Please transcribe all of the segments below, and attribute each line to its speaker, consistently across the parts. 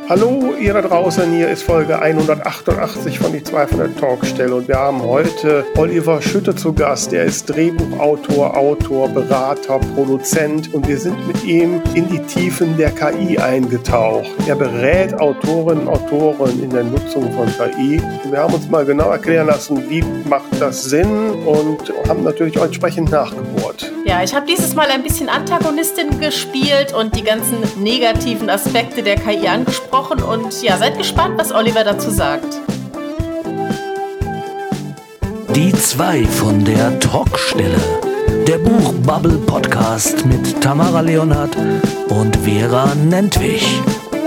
Speaker 1: Hallo, ihr da draußen, hier ist Folge 188 von die 2 von der Talkstelle und wir haben heute Oliver Schütte zu Gast. Er ist Drehbuchautor, Autor, Berater, Produzent und wir sind mit ihm in die Tiefen der KI eingetaucht. Er berät Autorinnen und Autoren in der Nutzung von KI. Und wir haben uns mal genau erklären lassen, wie macht das Sinn und haben natürlich auch entsprechend nachgebohrt.
Speaker 2: Ja, ich habe dieses Mal ein bisschen Antagonistin gespielt und die ganzen negativen Aspekte der KI angesprochen. Und ja, seid gespannt, was Oliver dazu sagt.
Speaker 3: Die 2 von der Talkstelle. Der Buchbubble-Podcast mit Tamara Leonhardt und Vera Nentwich.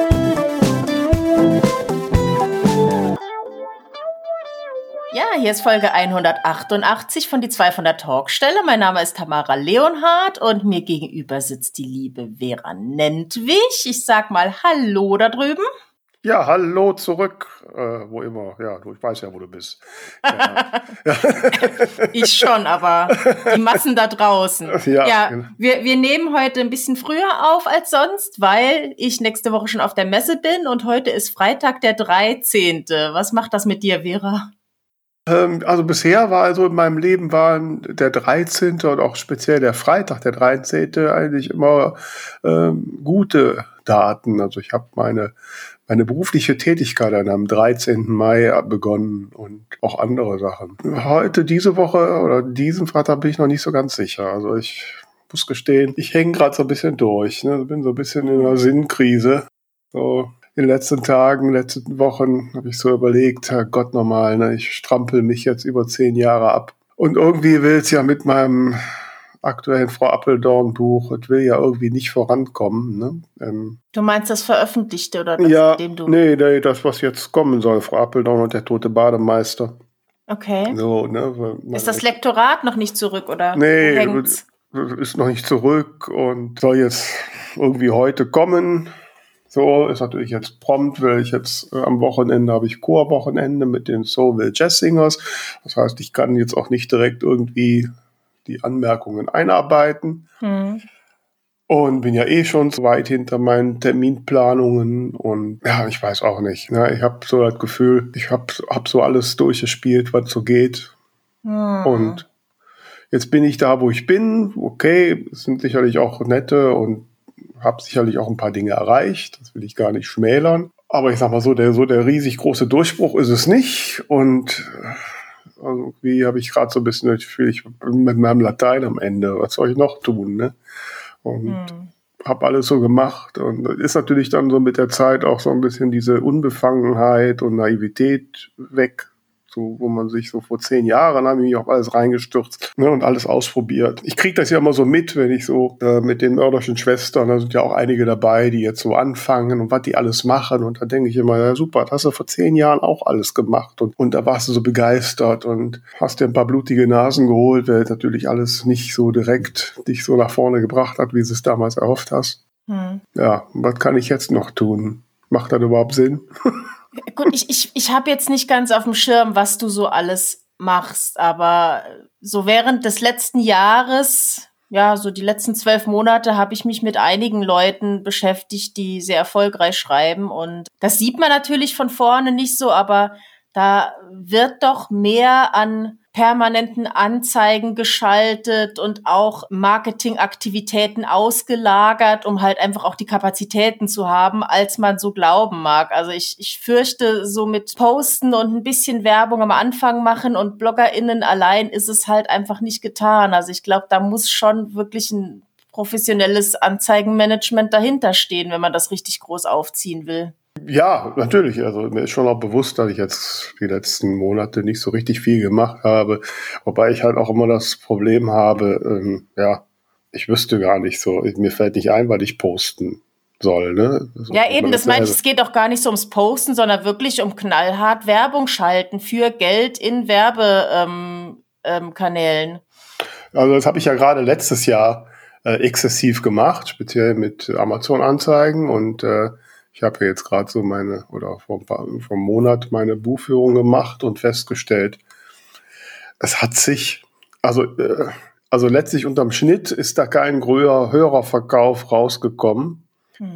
Speaker 2: Ja, hier ist Folge 188 von die 2 von der Talkstelle. Mein Name ist Tamara Leonhardt und mir gegenüber sitzt die liebe Vera Nentwich. Ich sag mal Hallo da drüben.
Speaker 1: Ja, hallo zurück, wo immer. Ja, ich weiß ja, wo du bist. Ja.
Speaker 2: Ich schon, aber die Massen da draußen. Ja, wir nehmen heute ein bisschen früher auf als sonst, weil ich nächste Woche schon auf der Messe bin und heute ist Freitag der 13. Was macht das mit dir, Vera?
Speaker 1: Also bisher war in meinem Leben waren der 13. und auch speziell der Freitag, der 13. eigentlich immer gute Daten. Also ich habe meine berufliche Tätigkeit dann am 13. Mai begonnen und auch andere Sachen. Heute, diese Woche oder diesen Freitag bin ich noch nicht so ganz sicher. Also ich muss gestehen, ich hänge gerade so ein bisschen durch. Ne? Bin so ein bisschen in einer Sinnkrise. So. In den letzten Tagen, letzten Wochen habe ich so überlegt, Herrgott nochmal, ne, ich strampel mich jetzt über 10 Jahre ab. Und irgendwie will es ja mit meinem aktuellen Frau Appeldorn-Buch, es will ja irgendwie nicht vorankommen. Ne?
Speaker 2: Du meinst das Veröffentlichte oder das,
Speaker 1: ja,
Speaker 2: dem du...
Speaker 1: Nee, das, was jetzt kommen soll, Frau Appeldorn und der tote Bademeister.
Speaker 2: Okay.
Speaker 1: So, ne,
Speaker 2: ist das Lektorat noch nicht zurück, oder?
Speaker 1: Nee,
Speaker 2: hängt's?
Speaker 1: Ist noch nicht zurück und soll jetzt irgendwie heute kommen. So, ist natürlich jetzt prompt, weil ich jetzt am Wochenende habe ich Chorwochenende mit den Soulville Jazz Singers. Das heißt, ich kann jetzt auch nicht direkt irgendwie die Anmerkungen einarbeiten. Und bin ja schon so weit hinter meinen Terminplanungen und ja, ich weiß auch nicht. Ne? Ich habe so das Gefühl, ich hab so alles durchgespielt, was so geht. Und jetzt bin ich da, wo ich bin. Okay, es sind sicherlich auch nette und habe sicherlich auch ein paar Dinge erreicht, das will ich gar nicht schmälern. Aber ich sag mal so, der riesig große Durchbruch ist es nicht. Und irgendwie habe ich gerade so ein bisschen das Gefühl, ich bin mit meinem Latein am Ende. Was soll ich noch tun? Ne? Und habe alles so gemacht. Und ist natürlich dann so mit der Zeit auch so ein bisschen diese Unbefangenheit und Naivität weg. So, wo man sich so vor 10 Jahren habe ich mich auf alles reingestürzt, ne, und alles ausprobiert. Ich kriege das ja immer so mit, wenn ich so mit den mörderischen Schwestern, da sind ja auch einige dabei, die jetzt so anfangen und was die alles machen. Und da denke ich immer, ja super, das hast du vor 10 Jahren auch alles gemacht. Und da warst du so begeistert und hast dir ein paar blutige Nasen geholt, weil natürlich alles nicht so direkt dich so nach vorne gebracht hat, wie du es damals erhofft hast. Ja, was kann ich jetzt noch tun? Macht das überhaupt Sinn?
Speaker 2: Gut, ich habe jetzt nicht ganz auf dem Schirm, was du so alles machst, aber so während des letzten Jahres, ja, so die letzten 12 Monate habe ich mich mit einigen Leuten beschäftigt, die sehr erfolgreich schreiben und das sieht man natürlich von vorne nicht so, aber da wird doch mehr an permanenten Anzeigen geschaltet und auch Marketingaktivitäten ausgelagert, um halt einfach auch die Kapazitäten zu haben, als man so glauben mag. Also ich fürchte, so mit Posten und ein bisschen Werbung am Anfang machen und BloggerInnen allein ist es halt einfach nicht getan. Also ich glaube, da muss schon wirklich ein professionelles Anzeigenmanagement dahinter stehen, wenn man das richtig groß aufziehen will.
Speaker 1: Ja, natürlich. Also mir ist schon auch bewusst, dass ich jetzt die letzten Monate nicht so richtig viel gemacht habe. Wobei ich halt auch immer das Problem habe, ich wüsste gar nicht so. Mir fällt nicht ein, was ich posten soll. Ne? Also,
Speaker 2: ja, eben, das meine ich, es geht auch gar nicht so ums Posten, sondern wirklich um knallhart Werbung schalten für Geld in Werbekanälen.
Speaker 1: Also das habe ich ja gerade letztes Jahr exzessiv gemacht, speziell mit Amazon-Anzeigen und ich habe jetzt gerade so vor einem Monat meine Buchführung gemacht und festgestellt, es hat sich, also letztlich unterm Schnitt ist da kein höherer Verkauf rausgekommen. Ne?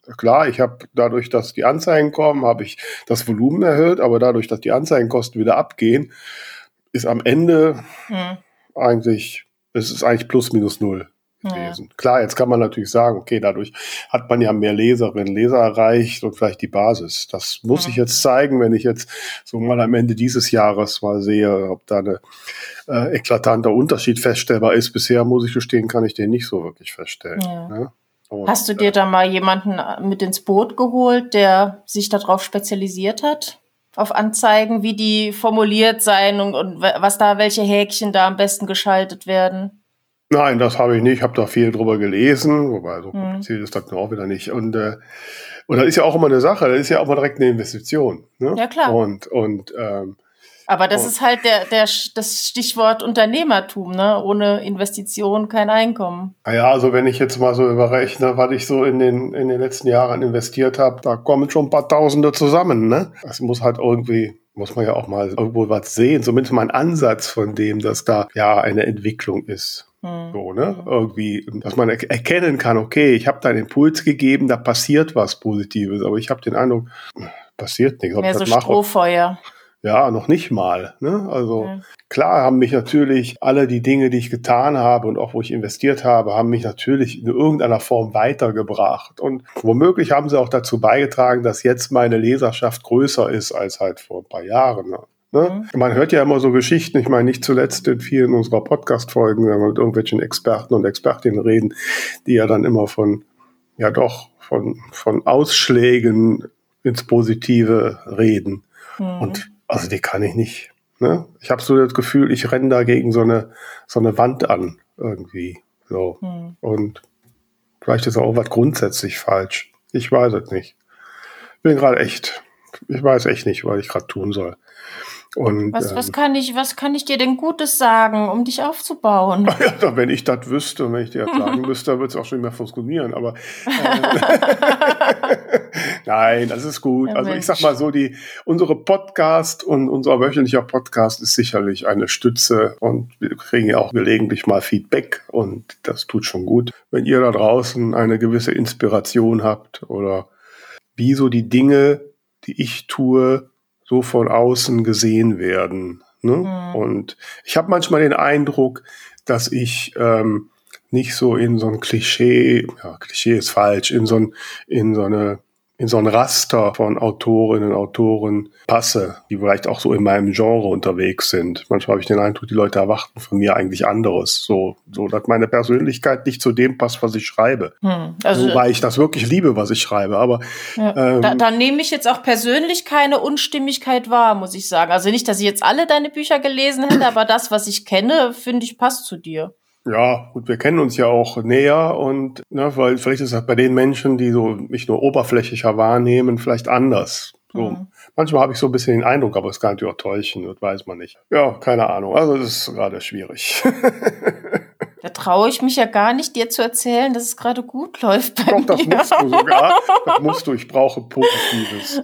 Speaker 1: klar, ich habe dadurch, dass die Anzeigen kommen, habe ich das Volumen erhöht, aber dadurch, dass die Anzeigenkosten wieder abgehen, ist am Ende es ist eigentlich plus minus null gewesen. Ja. Klar, jetzt kann man natürlich sagen, okay, dadurch hat man ja mehr Leserinnen, Leser erreicht und vielleicht die Basis. Das muss ich jetzt zeigen, wenn ich jetzt so mal am Ende dieses Jahres mal sehe, ob da eine eklatanter Unterschied feststellbar ist. Bisher, muss ich gestehen, kann ich den nicht so wirklich feststellen. Ja. Ne? Und,
Speaker 2: hast du dir da mal jemanden mit ins Boot geholt, der sich darauf spezialisiert hat? Auf Anzeigen, wie die formuliert sein und was da, welche Häkchen da am besten geschaltet werden?
Speaker 1: Nein, das habe ich nicht. Ich habe da viel drüber gelesen, wobei so kompliziert ist das auch wieder nicht. Und das ist ja auch immer eine Sache, das ist ja auch mal direkt eine Investition. Ne?
Speaker 2: Ja, klar. Aber das ist halt das Stichwort Unternehmertum, ne? Ohne Investition kein Einkommen.
Speaker 1: Naja, also wenn ich jetzt mal so überrechne, was ich so in den letzten Jahren investiert habe, da kommen schon ein paar Tausende zusammen, ne? Das muss halt irgendwie, muss man ja auch mal irgendwo was sehen, zumindest mal ein Ansatz von dem, dass da ja eine Entwicklung ist. So, ne? Irgendwie, dass man erkennen kann, okay, ich habe da einen Impuls gegeben, da passiert was Positives, aber ich habe den Eindruck, passiert nichts.
Speaker 2: Mehr so Strohfeuer.
Speaker 1: Ja, noch nicht mal. Ne? Also klar haben mich natürlich alle die Dinge, die ich getan habe und auch wo ich investiert habe, haben mich natürlich in irgendeiner Form weitergebracht. Und womöglich haben sie auch dazu beigetragen, dass jetzt meine Leserschaft größer ist als halt vor ein paar Jahren. Ne? Man hört ja immer so Geschichten, ich meine nicht zuletzt in vielen unserer Podcast-Folgen, wenn wir mit irgendwelchen Experten und Expertinnen reden, die ja dann immer von Ausschlägen ins Positive reden. Und also die kann ich nicht. Ne? Ich habe so das Gefühl, ich renne da gegen so eine Wand an irgendwie. So. Und vielleicht ist auch was grundsätzlich falsch. Ich weiß es nicht. Ich weiß echt nicht, was ich gerade tun soll. Und,
Speaker 2: was kann ich dir denn Gutes sagen, um dich aufzubauen?
Speaker 1: Ja, wenn ich das wüsste, wenn ich dir das sagen müsste, dann würde es auch schon nicht mehr funktionieren. Aber nein, das ist gut. Ja, also Mensch. Ich sag mal so, unsere Podcast und unser wöchentlicher Podcast ist sicherlich eine Stütze und wir kriegen ja auch gelegentlich mal Feedback und das tut schon gut. Wenn ihr da draußen eine gewisse Inspiration habt oder wie so die Dinge, die ich tue, so von außen gesehen werden. Ne? Und ich habe manchmal den Eindruck, dass ich nicht so in so ein Klischee ist falsch, in so ein Raster von Autorinnen und Autoren passe, die vielleicht auch so in meinem Genre unterwegs sind. Manchmal habe ich den Eindruck, die Leute erwarten von mir eigentlich anderes. So, dass meine Persönlichkeit nicht zu dem passt, was ich schreibe. Also, wobei ich das wirklich liebe, was ich schreibe. Aber
Speaker 2: da nehme ich jetzt auch persönlich keine Unstimmigkeit wahr, muss ich sagen. Also nicht, dass ich jetzt alle deine Bücher gelesen hätte, aber das, was ich kenne, finde ich, passt zu dir.
Speaker 1: Ja, gut, wir kennen uns ja auch näher und weil vielleicht ist das bei den Menschen, die so mich nur oberflächlicher wahrnehmen, vielleicht anders. So. Manchmal habe ich so ein bisschen den Eindruck, aber es kann natürlich auch täuschen, das weiß man nicht. Ja, keine Ahnung, also das ist gerade schwierig.
Speaker 2: Da traue ich mich ja gar nicht, dir zu erzählen, dass es gerade gut läuft bei mir.
Speaker 1: Doch, das musst du sogar. Das musst du, ich brauche Positives.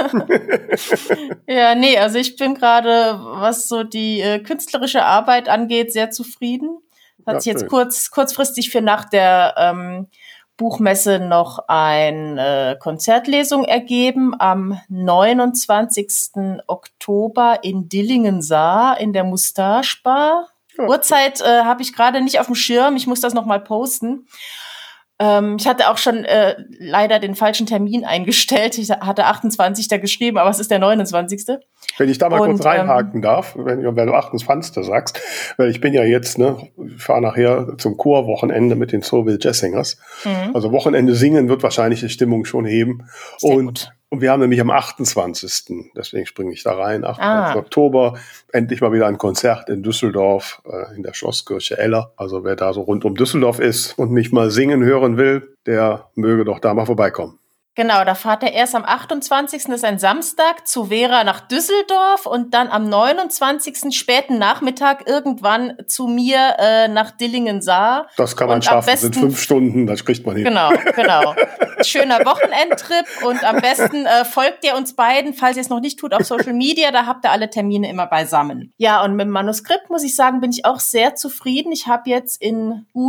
Speaker 2: Ja, nee, also ich bin gerade, was so die künstlerische Arbeit angeht, sehr zufrieden. Hat sich jetzt kurzfristig für nach der Buchmesse noch eine Konzertlesung ergeben am 29. Oktober in Dillingen-Saar in der Moustache Bar. Ja. Uhrzeit habe ich gerade nicht auf dem Schirm, ich muss das noch mal posten. Ich hatte auch schon leider den falschen Termin eingestellt. Ich hatte 28. geschrieben, aber es ist der 29.
Speaker 1: Wenn ich da mal kurz reinhaken darf, wenn du 28. sagst, weil ich bin ja jetzt, ich fahre nachher zum Chorwochenende mit den Soul Jazz Singers. Also Wochenende singen wird wahrscheinlich die Stimmung schon heben. Und wir haben nämlich am 28., deswegen springe ich da rein, 28. Oktober, endlich mal wieder ein Konzert in Düsseldorf, in der Schlosskirche Eller. Also wer da so rund um Düsseldorf ist und mich mal singen hören will, der möge doch da mal vorbeikommen.
Speaker 2: Genau, da fahrt er erst am 28., das ist ein Samstag, zu Vera nach Düsseldorf und dann am 29. späten Nachmittag irgendwann zu mir nach Dillingen-Saar.
Speaker 1: Das kann man schaffen, sind 5 Stunden, das kriegt man hin.
Speaker 2: Genau. Schöner Wochenendtrip und am besten folgt ihr uns beiden, falls ihr es noch nicht tut, auf Social Media, da habt ihr alle Termine immer beisammen. Ja, und mit dem Manuskript, muss ich sagen, bin ich auch sehr zufrieden. Ich habe jetzt in gut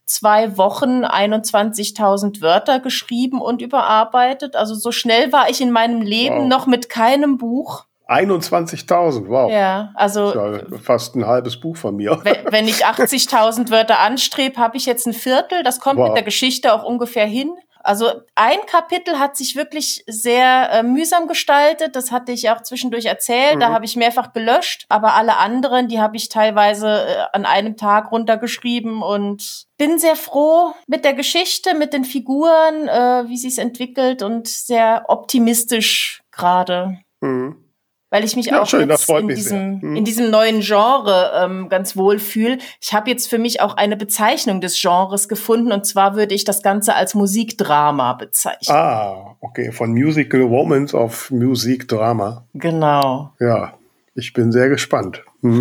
Speaker 2: 2 Wochen 21.000 Wörter geschrieben und überarbeitet. Also so schnell war ich in meinem Leben noch mit keinem Buch.
Speaker 1: 21.000, wow.
Speaker 2: Ja, also
Speaker 1: das ist ja fast ein halbes Buch von mir.
Speaker 2: Wenn ich 80.000 Wörter anstrebe, habe ich jetzt ein Viertel. Das kommt mit der Geschichte auch ungefähr hin. Also ein Kapitel hat sich wirklich sehr mühsam gestaltet. Das hatte ich auch zwischendurch erzählt. Da habe ich mehrfach gelöscht. Aber alle anderen, die habe ich teilweise an einem Tag runtergeschrieben und bin sehr froh mit der Geschichte, mit den Figuren, wie sie es entwickelt und sehr optimistisch gerade. Weil ich mich auch
Speaker 1: schön,
Speaker 2: jetzt in diesem neuen Genre ganz wohl fühle. Ich habe jetzt für mich auch eine Bezeichnung des Genres gefunden, und zwar würde ich das Ganze als Musikdrama bezeichnen.
Speaker 1: Ah, okay, von Musical Romance auf Musikdrama.
Speaker 2: Genau.
Speaker 1: Ja, ich bin sehr gespannt.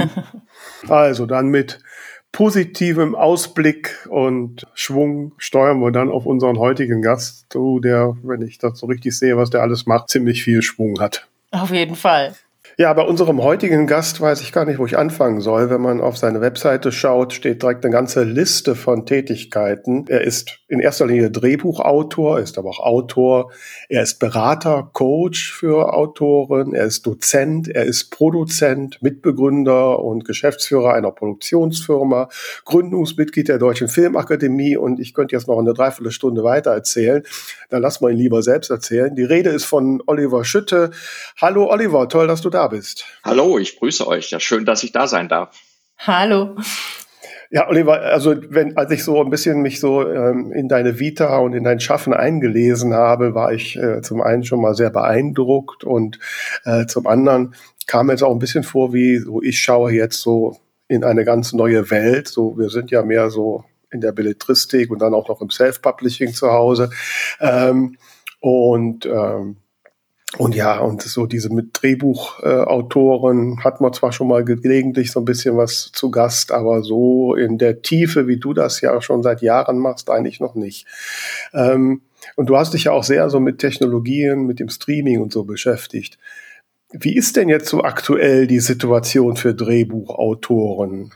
Speaker 1: Also dann mit positivem Ausblick und Schwung steuern wir dann auf unseren heutigen Gast, der, wenn ich das so richtig sehe, was der alles macht, ziemlich viel Schwung hat.
Speaker 2: Auf jeden Fall.
Speaker 1: Ja, bei unserem heutigen Gast weiß ich gar nicht, wo ich anfangen soll. Wenn man auf seine Webseite schaut, steht direkt eine ganze Liste von Tätigkeiten. Er ist in erster Linie Drehbuchautor, ist aber auch Autor. Er ist Berater, Coach für Autoren. Er ist Dozent, er ist Produzent, Mitbegründer und Geschäftsführer einer Produktionsfirma, Gründungsmitglied der Deutschen Filmakademie, und ich könnte jetzt noch eine Dreiviertelstunde weiter erzählen. Dann lass mal ihn lieber selbst erzählen. Die Rede ist von Oliver Schütte. Hallo Oliver, toll, dass du da bist.
Speaker 4: Hallo, ich grüße euch. Ja, schön, dass ich da sein darf.
Speaker 2: Hallo.
Speaker 1: Ja, Oliver, also als ich so ein bisschen mich so in deine Vita und in dein Schaffen eingelesen habe, war ich zum einen schon mal sehr beeindruckt und zum anderen kam mir jetzt auch ein bisschen vor, wie so ich schaue jetzt so in eine ganz neue Welt. So, wir sind ja mehr so in der Belletristik und dann auch noch im Self-Publishing zu Hause. Und ja, und so diese mit Drehbuchautoren hat man zwar schon mal gelegentlich so ein bisschen was zu Gast, aber so in der Tiefe, wie du das ja schon seit Jahren machst, eigentlich noch nicht. Und du hast dich ja auch sehr so mit Technologien, mit dem Streaming und so beschäftigt. Wie ist denn jetzt so aktuell die Situation für Drehbuchautoren?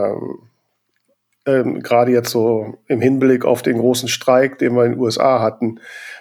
Speaker 1: Gerade jetzt so im Hinblick auf den großen Streik, den wir in den USA hatten.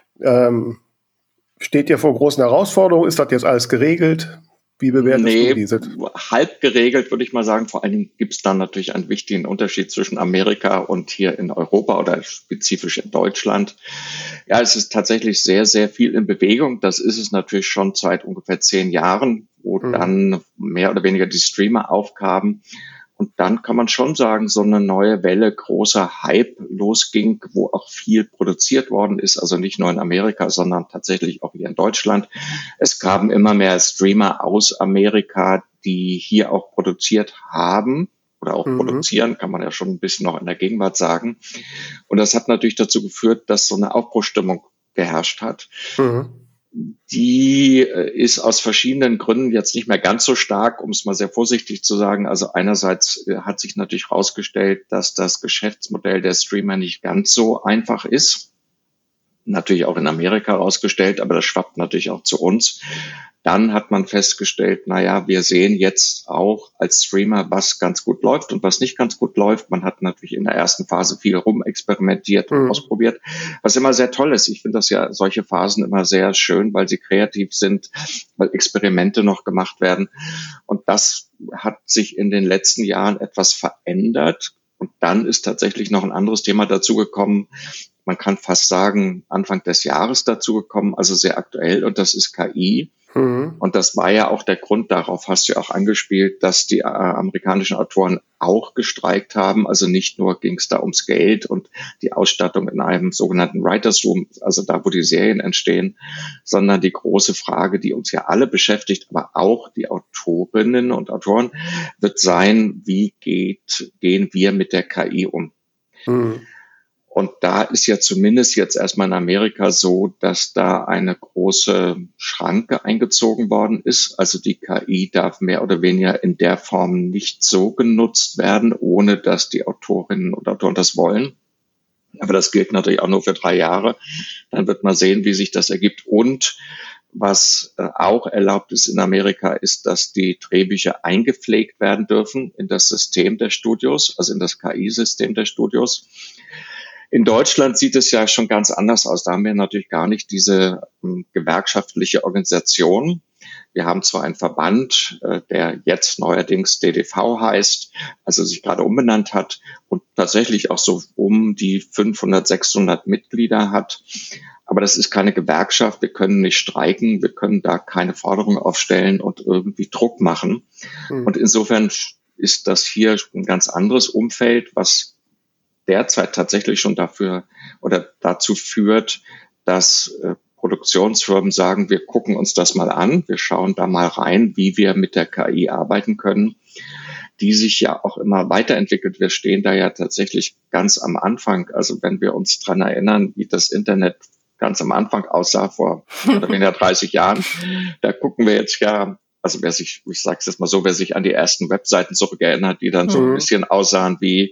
Speaker 1: Steht ihr vor großen Herausforderungen? Ist das jetzt alles geregelt? Wie bewertest du diese?
Speaker 4: Halb geregelt, würde ich mal sagen. Vor allen Dingen gibt es dann natürlich einen wichtigen Unterschied zwischen Amerika und hier in Europa oder spezifisch in Deutschland. Ja, es ist tatsächlich sehr, sehr viel in Bewegung. Das ist es natürlich schon seit ungefähr 10 Jahren, wo dann mehr oder weniger die Streamer aufkamen. Und dann kann man schon sagen, so eine neue Welle, großer Hype losging, wo auch viel produziert worden ist, also nicht nur in Amerika, sondern tatsächlich auch hier in Deutschland. Es kamen immer mehr Streamer aus Amerika, die hier auch produziert haben oder auch produzieren, kann man ja schon ein bisschen noch in der Gegenwart sagen. Und das hat natürlich dazu geführt, dass so eine Aufbruchsstimmung geherrscht hat. Die ist aus verschiedenen Gründen jetzt nicht mehr ganz so stark, um es mal sehr vorsichtig zu sagen. Also einerseits hat sich natürlich herausgestellt, dass das Geschäftsmodell der Streamer nicht ganz so einfach ist. Natürlich auch in Amerika herausgestellt, aber das schwappt natürlich auch zu uns. Dann hat man festgestellt, naja, wir sehen jetzt auch als Streamer, was ganz gut läuft und was nicht ganz gut läuft. Man hat natürlich in der ersten Phase viel rumexperimentiert und ausprobiert, was immer sehr toll ist. Ich finde das ja solche Phasen immer sehr schön, weil sie kreativ sind, weil Experimente noch gemacht werden. Und das hat sich in den letzten Jahren etwas verändert. Und dann ist tatsächlich noch ein anderes Thema dazugekommen. Man kann fast sagen, Anfang des Jahres dazugekommen, also sehr aktuell, und das ist KI. Und das war ja auch der Grund, darauf hast du ja auch angespielt, dass die amerikanischen Autoren auch gestreikt haben. Also nicht nur ging es da ums Geld und die Ausstattung in einem sogenannten Writers Room, also da, wo die Serien entstehen, sondern die große Frage, die uns ja alle beschäftigt, aber auch die Autorinnen und Autoren, wird sein, wie gehen wir mit der KI um? Und da ist ja zumindest jetzt erstmal in Amerika so, dass da eine große Schranke eingezogen worden ist. Also die KI darf mehr oder weniger in der Form nicht so genutzt werden, ohne dass die Autorinnen und Autoren das wollen. Aber das gilt natürlich auch nur für 3 Jahre. Dann wird man sehen, wie sich das ergibt. Und was auch erlaubt ist in Amerika, ist, dass die Drehbücher eingepflegt werden dürfen in das System der Studios, also in das KI-System der Studios. In Deutschland sieht es ja schon ganz anders aus. Da haben wir natürlich gar nicht diese gewerkschaftliche Organisation. Wir haben zwar einen Verband, der jetzt neuerdings DDV heißt, also sich gerade umbenannt hat und tatsächlich auch so um die 500, 600 Mitglieder hat. Aber das ist keine Gewerkschaft. Wir können nicht streiken. Wir können da keine Forderungen aufstellen und irgendwie Druck machen. Und insofern ist das hier ein ganz anderes Umfeld, was derzeit tatsächlich schon dafür oder dazu führt, dass Produktionsfirmen sagen, wir gucken uns das mal an, wir schauen da mal rein, wie wir mit der KI arbeiten können, die sich ja auch immer weiterentwickelt. Wir stehen da ja tatsächlich ganz am Anfang. Also wenn wir uns dran erinnern, wie das Internet ganz am Anfang aussah vor oder weniger 30 Jahren, da gucken wir jetzt ja, also ich sage es jetzt mal so, wer sich an die ersten Webseiten zurückerinnert, die dann so ein bisschen aussahen wie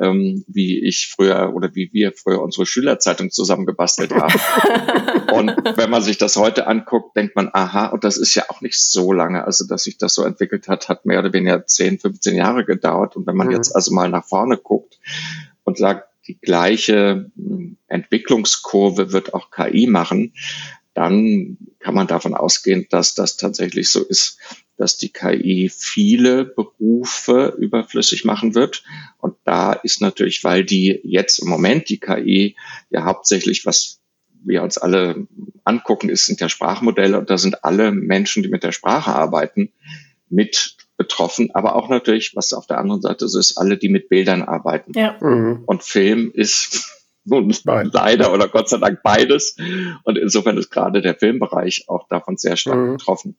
Speaker 4: ich früher oder wie wir früher unsere Schülerzeitung zusammengebastelt haben. Und wenn man sich das heute anguckt, denkt man, aha, und das ist ja auch nicht so lange, also dass sich das so entwickelt hat mehr oder weniger 10, 15 Jahre gedauert. Und wenn man jetzt also mal nach vorne guckt und sagt, die gleiche Entwicklungskurve wird auch KI machen, dann kann man davon ausgehen, dass das tatsächlich so ist, dass die KI viele Berufe überflüssig machen wird. Und da ist natürlich, weil die jetzt im Moment die KI ja hauptsächlich, was wir uns alle angucken, sind ja Sprachmodelle und da sind alle Menschen, die mit der Sprache arbeiten, mit betroffen, aber auch natürlich, was auf der anderen Seite so ist, alle, die mit Bildern arbeiten. Ja. Und Film ist nun leider oder Gott sei Dank beides. Und insofern ist gerade der Filmbereich auch davon sehr stark betroffen.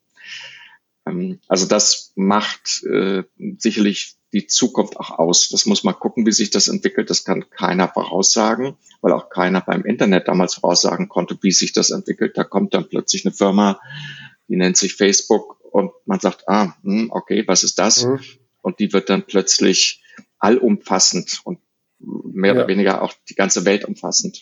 Speaker 4: Also das macht sicherlich die Zukunft auch aus. Das muss man gucken, wie sich das entwickelt. Das kann keiner voraussagen, weil auch keiner beim Internet damals voraussagen konnte, wie sich das entwickelt. Da kommt dann plötzlich eine Firma, die nennt sich Facebook und man sagt, okay, was ist das? Und die wird dann plötzlich allumfassend und mehr oder weniger auch die ganze Welt umfassend.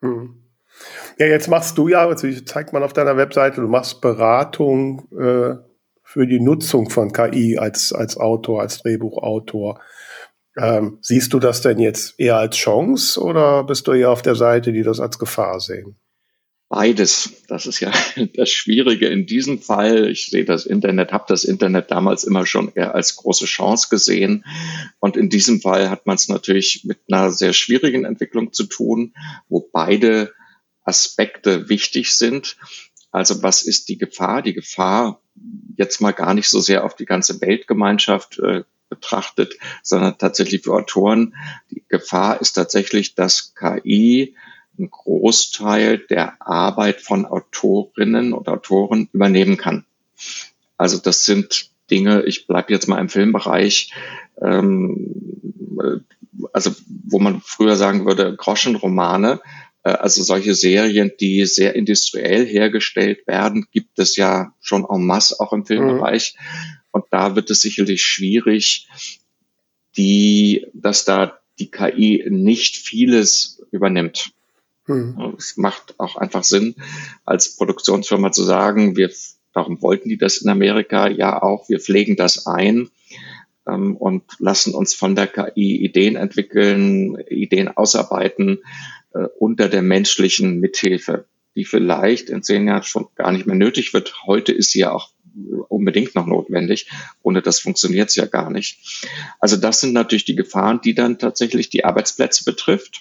Speaker 1: Ja, jetzt machst du ja, also zeigt man auf deiner Webseite, du machst Beratung für die Nutzung von KI als Autor, als Drehbuchautor. Siehst du das denn jetzt eher als Chance oder bist du eher auf der Seite, die das als Gefahr sehen?
Speaker 4: Beides. Das ist ja das Schwierige in diesem Fall. Ich sehe habe das Internet damals immer schon eher als große Chance gesehen. Und in diesem Fall hat man es natürlich mit einer sehr schwierigen Entwicklung zu tun, wo beide Aspekte wichtig sind. Also was ist die Gefahr? Die Gefahr jetzt mal gar nicht so sehr auf die ganze Weltgemeinschaft betrachtet, sondern tatsächlich für Autoren. Die Gefahr ist tatsächlich, dass KI einen Großteil der Arbeit von Autorinnen und Autoren übernehmen kann. Also das sind Dinge, ich bleibe jetzt mal im Filmbereich, also wo man früher sagen würde, Groschenromane, also solche Serien, die sehr industriell hergestellt werden, gibt es ja schon en masse auch im Filmbereich. Und da wird es sicherlich schwierig, dass da die KI nicht vieles übernimmt. Es macht auch einfach Sinn, als Produktionsfirma zu sagen, darum wollten die das in Amerika ja auch, wir pflegen das ein und lassen uns von der KI Ideen entwickeln, Ideen ausarbeiten unter der menschlichen Mithilfe, die vielleicht in 10 Jahren schon gar nicht mehr nötig wird. Heute ist sie ja auch unbedingt noch notwendig. Ohne das funktioniert es ja gar nicht. Also das sind natürlich die Gefahren, die dann tatsächlich die Arbeitsplätze betrifft.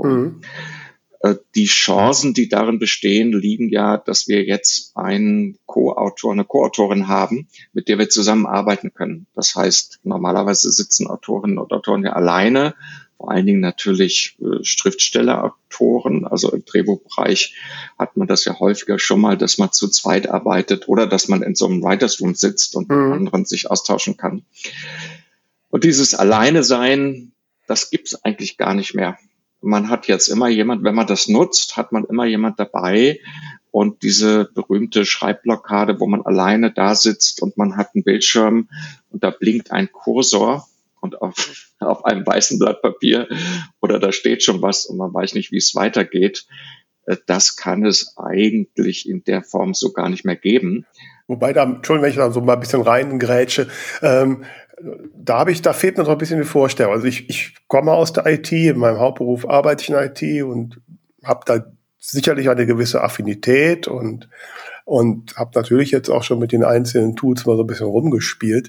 Speaker 4: Die Chancen, die darin bestehen, liegen ja, dass wir jetzt einen Co-Autor, eine Co-Autorin haben, mit der wir zusammenarbeiten können. Das heißt, normalerweise sitzen Autorinnen und Autoren ja alleine, vor allen Dingen natürlich Schriftstellerautoren. Also im Drehbuchbereich hat man das ja häufiger schon mal, dass man zu zweit arbeitet oder dass man in so einem Writers Room sitzt und mit anderen sich austauschen kann. Und dieses Alleine-Sein, das gibt's eigentlich gar nicht mehr. Man hat jetzt immer jemand, wenn man das nutzt, hat man immer jemand dabei und diese berühmte Schreibblockade, wo man alleine da sitzt und man hat einen Bildschirm und da blinkt ein Kursor und auf einem weißen Blatt Papier oder da steht schon was und man weiß nicht, wie es weitergeht. Das kann es eigentlich in der Form so gar nicht mehr geben.
Speaker 1: Wobei da, Entschuldigung, wenn ich da so mal ein bisschen reingrätsche, da fehlt mir noch ein bisschen die Vorstellung. Also ich komme aus der IT, in meinem Hauptberuf arbeite ich in IT und habe da sicherlich eine gewisse Affinität und habe natürlich jetzt auch schon mit den einzelnen Tools mal so ein bisschen rumgespielt.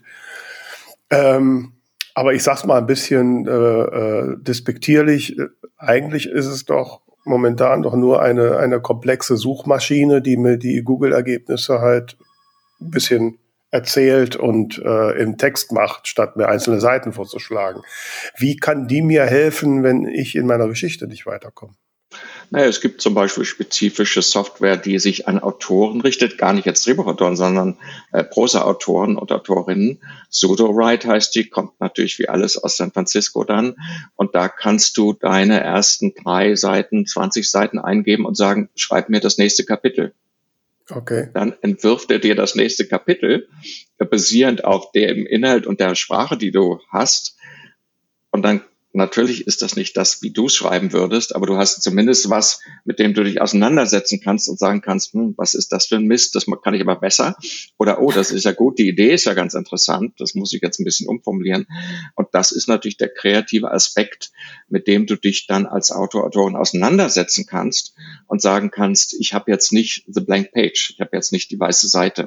Speaker 1: Aber ich sag's mal ein bisschen despektierlich. Eigentlich ist es doch momentan doch nur eine komplexe Suchmaschine, die mir die Google-Ergebnisse halt ein bisschen erzählt und im Text macht, statt mir einzelne Seiten vorzuschlagen. Wie kann die mir helfen, wenn ich in meiner Geschichte nicht weiterkomme?
Speaker 4: Naja, es gibt zum Beispiel spezifische Software, die sich an Autoren richtet, gar nicht jetzt Drehbuchautoren, sondern Prosa-Autoren und Autorinnen. Sudowrite heißt die, kommt natürlich wie alles aus San Francisco dann. Und da kannst du deine ersten 3 Seiten, 20 Seiten eingeben und sagen, schreib mir das nächste Kapitel.
Speaker 1: Okay.
Speaker 4: Dann entwirft er dir das nächste Kapitel, basierend auf dem Inhalt und der Sprache, die du hast. Und dann natürlich ist das nicht das, wie du es schreiben würdest, aber du hast zumindest was, mit dem du dich auseinandersetzen kannst und sagen kannst, was ist das für ein Mist, das kann ich aber besser. Oder, das ist ja gut, die Idee ist ja ganz interessant, das muss ich jetzt ein bisschen umformulieren. Und das ist natürlich der kreative Aspekt, mit dem du dich dann als Autorin auseinandersetzen kannst und sagen kannst, ich habe jetzt nicht the blank page, ich habe jetzt nicht die weiße Seite.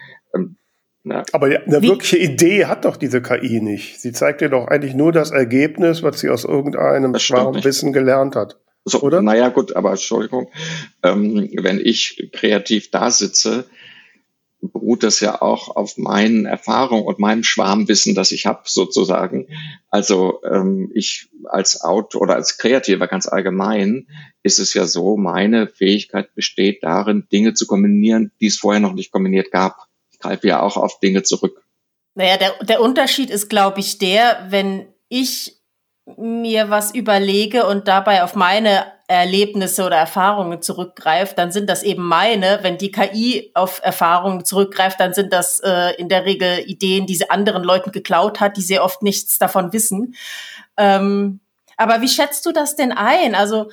Speaker 1: Aber eine wirkliche Idee hat doch diese KI nicht. Sie zeigt dir doch eigentlich nur das Ergebnis, was sie aus irgendeinem schwachen Wissen gelernt hat.
Speaker 4: So, oder? Naja, gut, aber Entschuldigung, wenn ich kreativ da sitze, beruht das ja auch auf meinen Erfahrungen und meinem Schwarmwissen, das ich habe, sozusagen. Also ich als Autor oder als Kreativer ganz allgemein ist es ja so, meine Fähigkeit besteht darin, Dinge zu kombinieren, die es vorher noch nicht kombiniert gab. Greife ja auch auf Dinge zurück.
Speaker 2: Naja, der Unterschied ist, glaube ich, wenn ich mir was überlege und dabei auf meine Erlebnisse oder Erfahrungen zurückgreife, dann sind das eben meine. Wenn die KI auf Erfahrungen zurückgreift, dann sind das in der Regel Ideen, die sie anderen Leuten geklaut hat, die sehr oft nichts davon wissen. Aber wie schätzt du das denn ein? Also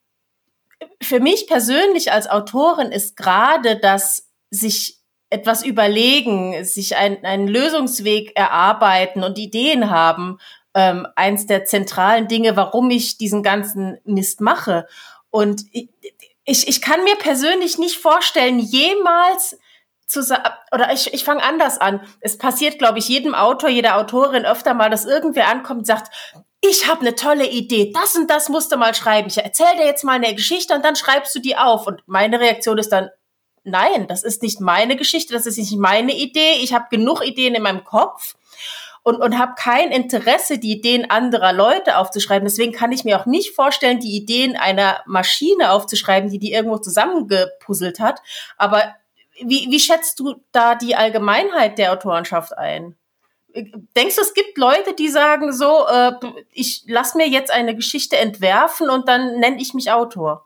Speaker 2: für mich persönlich als Autorin ist gerade das sich etwas überlegen, sich einen Lösungsweg erarbeiten und Ideen haben, eins der zentralen Dinge, warum ich diesen ganzen Mist mache. Und ich kann mir persönlich nicht vorstellen, jemals ich fange anders an. Es passiert, glaube ich, jedem Autor, jeder Autorin öfter mal, dass irgendwer ankommt und sagt, ich habe eine tolle Idee, das und das musst du mal schreiben. Ich erzähle dir jetzt mal eine Geschichte und dann schreibst du die auf. Und meine Reaktion ist dann, nein, das ist nicht meine Geschichte, das ist nicht meine Idee. Ich habe genug Ideen in meinem Kopf und habe kein Interesse, die Ideen anderer Leute aufzuschreiben. Deswegen kann ich mir auch nicht vorstellen, die Ideen einer Maschine aufzuschreiben, die irgendwo zusammengepuzzelt hat. Aber wie schätzt du da die Allgemeinheit der Autorenschaft ein? Denkst du, es gibt Leute, die sagen so, ich lasse mir jetzt eine Geschichte entwerfen und dann nenne ich mich Autor?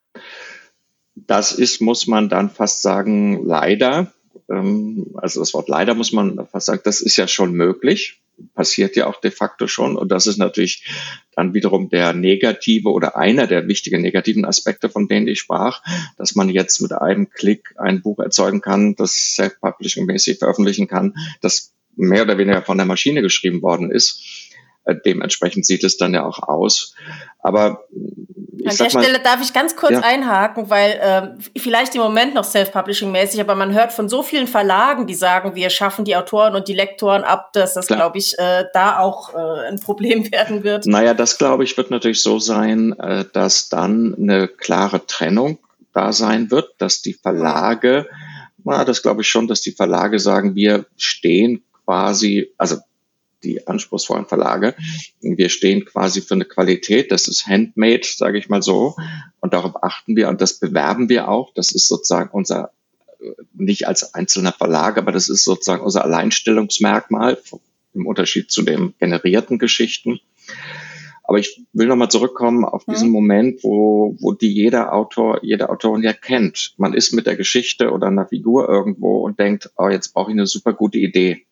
Speaker 4: Das muss man dann fast sagen, leider. Also das Wort leider muss man fast sagen, das ist ja schon möglich. Passiert ja auch de facto schon. Und das ist natürlich dann wiederum der negative oder einer der wichtigen negativen Aspekte, von denen ich sprach, dass man jetzt mit einem Klick ein Buch erzeugen kann, das self-publishing-mäßig veröffentlichen kann, das mehr oder weniger von der Maschine geschrieben worden ist. Dementsprechend sieht es dann ja auch aus. Aber
Speaker 2: an der Stelle darf ich ganz kurz einhaken, weil vielleicht im Moment noch self-publishing-mäßig, aber man hört von so vielen Verlagen, die sagen, wir schaffen die Autoren und die Lektoren ab, dass das, glaube ich, da auch ein Problem werden wird.
Speaker 4: Naja, das, glaube ich, wird natürlich so sein, dass dann eine klare Trennung da sein wird, dass die Verlage, das glaube ich schon, dass die Verlage sagen, wir stehen quasi, also die anspruchsvollen Verlage. Wir stehen quasi für eine Qualität, das ist handmade, sage ich mal so, und darauf achten wir und das bewerben wir auch. Das ist sozusagen unser, nicht als einzelner Verlag, aber das ist sozusagen unser Alleinstellungsmerkmal im Unterschied zu den generierten Geschichten. Aber ich will nochmal zurückkommen auf diesen Moment, wo jeder Autor, jede Autorin ja kennt. Man ist mit der Geschichte oder einer Figur irgendwo und denkt, jetzt brauche ich eine super gute Idee.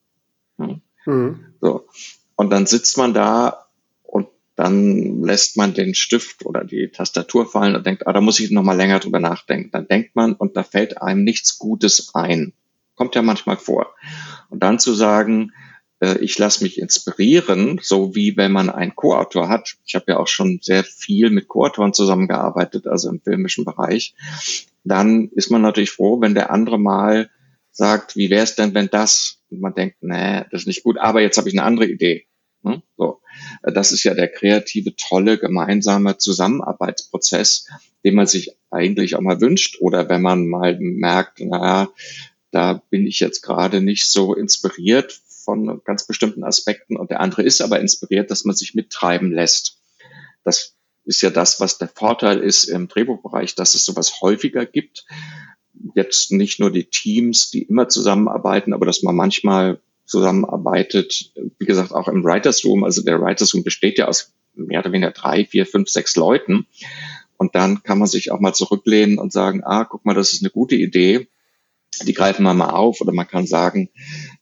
Speaker 4: So. Und dann sitzt man da und dann lässt man den Stift oder die Tastatur fallen und denkt, da muss ich noch mal länger drüber nachdenken. Dann denkt man und da fällt einem nichts Gutes ein. Kommt ja manchmal vor. Und dann zu sagen, ich lasse mich inspirieren, so wie wenn man einen Co-Autor hat. Ich habe ja auch schon sehr viel mit Co-Autoren zusammengearbeitet, also im filmischen Bereich. Dann ist man natürlich froh, wenn der andere mal sagt, wie wäre es denn, wenn das? Und man denkt, nee, das ist nicht gut, aber jetzt habe ich eine andere Idee. So. Das ist ja der kreative, tolle, gemeinsame Zusammenarbeitsprozess, den man sich eigentlich auch mal wünscht. Oder wenn man mal merkt, naja, da bin ich jetzt gerade nicht so inspiriert von ganz bestimmten Aspekten und der andere ist aber inspiriert, dass man sich mittreiben lässt. Das ist ja das, was der Vorteil ist im Drehbuchbereich, dass es sowas häufiger gibt. Jetzt nicht nur die Teams, die immer zusammenarbeiten, aber dass man manchmal zusammenarbeitet, wie gesagt, auch im Writers Room. Also der Writers Room besteht ja aus mehr oder weniger 3, 4, 5, 6 Leuten. Und dann kann man sich auch mal zurücklehnen und sagen, guck mal, das ist eine gute Idee. Die greifen wir mal auf. Oder man kann sagen,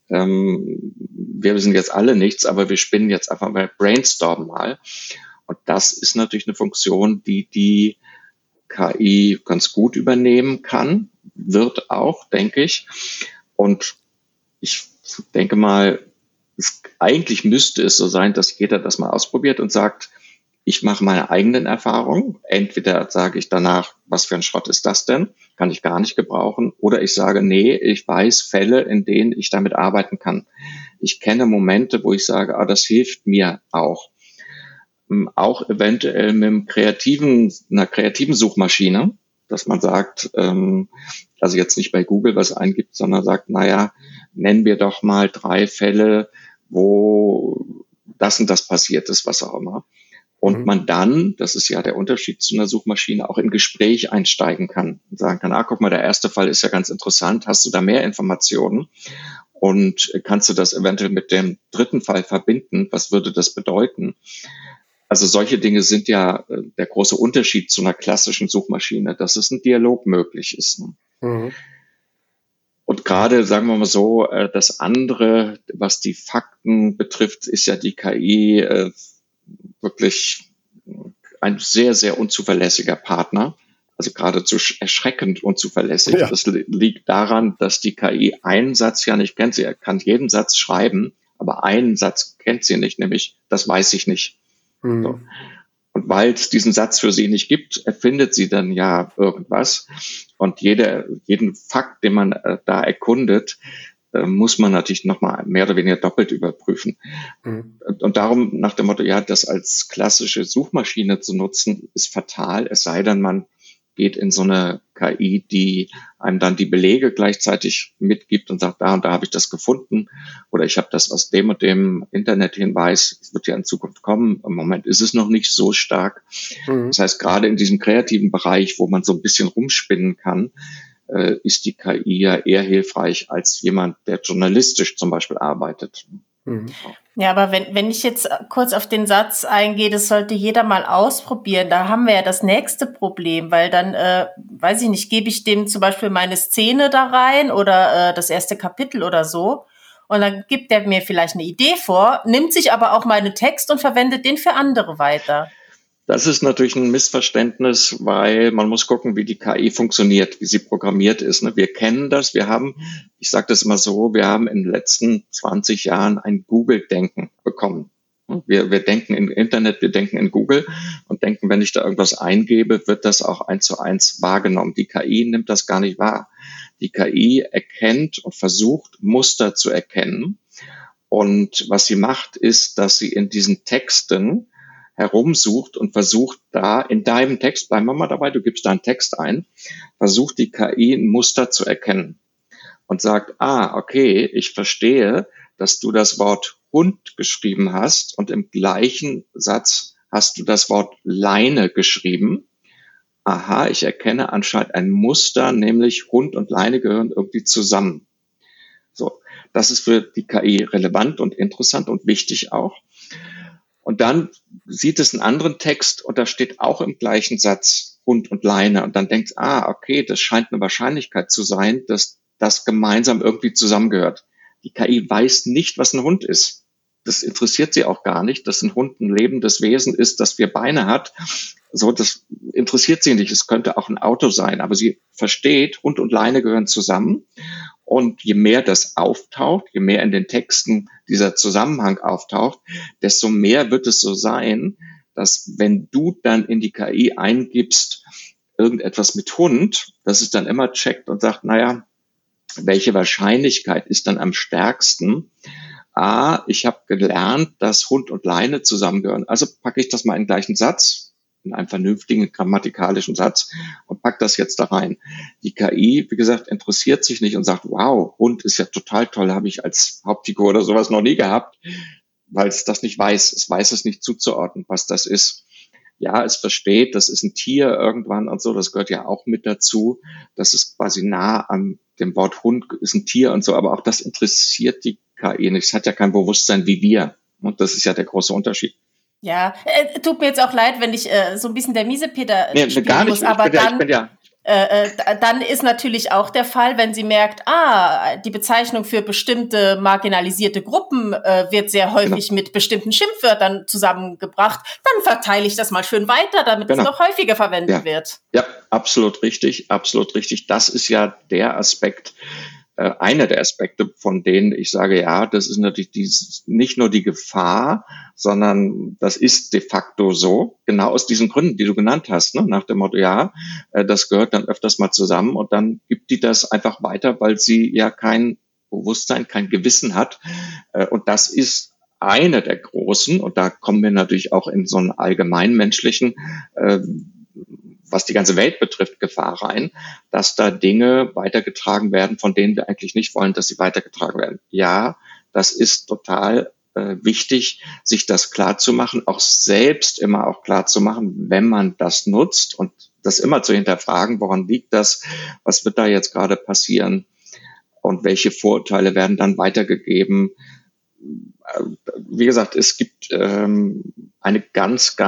Speaker 4: wir wissen jetzt alle nichts, aber wir spinnen jetzt einfach mal, brainstormen mal. Und das ist natürlich eine Funktion, die KI ganz gut übernehmen kann, wird auch, denke ich. Und ich denke mal, eigentlich müsste es so sein, dass jeder das mal ausprobiert und sagt, ich mache meine eigenen Erfahrungen. Entweder sage ich danach, was für ein Schrott ist das denn? Kann ich gar nicht gebrauchen. Oder ich sage, nee, ich weiß Fälle, in denen ich damit arbeiten kann. Ich kenne Momente, wo ich sage, das hilft mir auch. Auch eventuell mit einer kreativen Suchmaschine, dass man sagt, also jetzt nicht bei Google was eingibt, sondern sagt, nennen wir doch mal 3 Fälle, wo das und das passiert ist, was auch immer. Und man dann, das ist ja der Unterschied zu einer Suchmaschine, auch in Gespräch einsteigen kann und sagen kann, guck mal, der erste Fall ist ja ganz interessant, hast du da mehr Informationen? Und kannst du das eventuell mit dem dritten Fall verbinden? Was würde das bedeuten? Also solche Dinge sind ja der große Unterschied zu einer klassischen Suchmaschine, dass es ein Dialog möglich ist. Mhm. Und gerade, sagen wir mal so, das andere, was die Fakten betrifft, ist ja die KI wirklich ein sehr, sehr unzuverlässiger Partner. Also geradezu erschreckend unzuverlässig. Ja. Das liegt daran, dass die KI einen Satz ja nicht kennt. Sie kann jeden Satz schreiben, aber einen Satz kennt sie nicht, nämlich, das weiß ich nicht. Mhm. So. Und weil es diesen Satz für sie nicht gibt, erfindet sie dann ja irgendwas. Und jeden Fakt, den man da erkundet, muss man natürlich nochmal mehr oder weniger doppelt überprüfen. Mhm. Und darum nach dem Motto, das als klassische Suchmaschine zu nutzen, ist fatal, es sei denn, man geht in so eine KI, die einem dann die Belege gleichzeitig mitgibt und sagt, da und da habe ich das gefunden oder ich habe das aus dem und dem Internethinweis, es wird ja in Zukunft kommen. Im Moment ist es noch nicht so stark. Mhm. Das heißt, gerade in diesem kreativen Bereich, wo man so ein bisschen rumspinnen kann, ist die KI ja eher hilfreich als jemand, der journalistisch zum Beispiel arbeitet.
Speaker 2: Mhm. Ja, aber wenn ich jetzt kurz auf den Satz eingehe, das sollte jeder mal ausprobieren, da haben wir ja das nächste Problem, weil dann, weiß ich nicht, gebe ich dem zum Beispiel meine Szene da rein oder das erste Kapitel oder so und dann gibt der mir vielleicht eine Idee vor, nimmt sich aber auch meinen Text und verwendet den für andere weiter.
Speaker 4: Das ist natürlich ein Missverständnis, weil man muss gucken, wie die KI funktioniert, wie sie programmiert ist. Wir kennen das, ich sage das immer so, wir haben in den letzten 20 Jahren ein Google-Denken bekommen. Wir denken im Internet, wir denken in Google und denken, wenn ich da irgendwas eingebe, wird das auch 1:1 wahrgenommen. Die KI nimmt das gar nicht wahr. Die KI erkennt und versucht, Muster zu erkennen. Und was sie macht, ist, dass sie in diesen Texten herumsucht und versucht da in deinem Text, bleiben wir mal dabei, du gibst da einen Text ein, versucht die KI ein Muster zu erkennen und sagt, okay, ich verstehe, dass du das Wort Hund geschrieben hast und im gleichen Satz hast du das Wort Leine geschrieben. Aha, ich erkenne anscheinend ein Muster, nämlich Hund und Leine gehören irgendwie zusammen. So, das ist für die KI relevant und interessant und wichtig auch. Und dann sieht es einen anderen Text und da steht auch im gleichen Satz Hund und Leine. Und dann denkt es, okay, das scheint eine Wahrscheinlichkeit zu sein, dass das gemeinsam irgendwie zusammengehört. Die KI weiß nicht, was ein Hund ist. Das interessiert sie auch gar nicht, dass ein Hund ein lebendes Wesen ist, das 4 Beine hat. So, das interessiert sie nicht. Es könnte auch ein Auto sein, aber sie versteht, Hund und Leine gehören zusammen. Und je mehr das auftaucht, je mehr in den Texten dieser Zusammenhang auftaucht, desto mehr wird es so sein, dass wenn du dann in die KI eingibst, irgendetwas mit Hund, dass es dann immer checkt und sagt, naja, welche Wahrscheinlichkeit ist dann am stärksten? Ich habe gelernt, dass Hund und Leine zusammengehören. Also packe ich das mal in den gleichen Satz, in einem vernünftigen grammatikalischen Satz und pack das jetzt da rein. Die KI, wie gesagt, interessiert sich nicht und sagt, wow, Hund ist ja total toll, habe ich als Hauptfigur oder sowas noch nie gehabt, weil es das nicht weiß. Es weiß es nicht zuzuordnen, was das ist. Ja, es versteht, das ist ein Tier irgendwann und so, das gehört ja auch mit dazu. Das ist quasi nah an dem Wort Hund, ist ein Tier und so, aber auch das interessiert die KI nicht. Es hat ja kein Bewusstsein wie wir. Und das ist ja der große Unterschied.
Speaker 2: Ja, tut mir jetzt auch leid, wenn ich so ein bisschen der Miesepeter spielen
Speaker 4: gar nicht,
Speaker 2: muss, aber
Speaker 4: dann
Speaker 2: ist natürlich auch der Fall, wenn sie merkt, die Bezeichnung für bestimmte marginalisierte Gruppen wird sehr häufig mit bestimmten Schimpfwörtern zusammengebracht, dann verteile ich das mal schön weiter, damit es noch häufiger verwendet wird.
Speaker 4: Ja, absolut richtig, absolut richtig. Das ist ja der Aspekt, einer der Aspekte, von denen ich sage, ja, das ist natürlich nicht nur die Gefahr, sondern das ist de facto so, genau aus diesen Gründen, die du genannt hast, ne? Nach dem Motto, ja, das gehört dann öfters mal zusammen und dann gibt die das einfach weiter, weil sie ja kein Bewusstsein, kein Gewissen hat. Und das ist eine der großen, und da kommen wir natürlich auch in so einen allgemeinmenschlichen, was die ganze Welt betrifft, Gefahr rein, dass da Dinge weitergetragen werden, von denen wir eigentlich nicht wollen, dass sie weitergetragen werden. Ja, das ist total wichtig, sich das klar zu machen, auch selbst immer auch klar zu machen, wenn man das nutzt und das immer zu hinterfragen, woran liegt das, was wird da jetzt gerade passieren und welche Vorurteile werden dann weitergegeben. Wie gesagt, es gibt eine ganz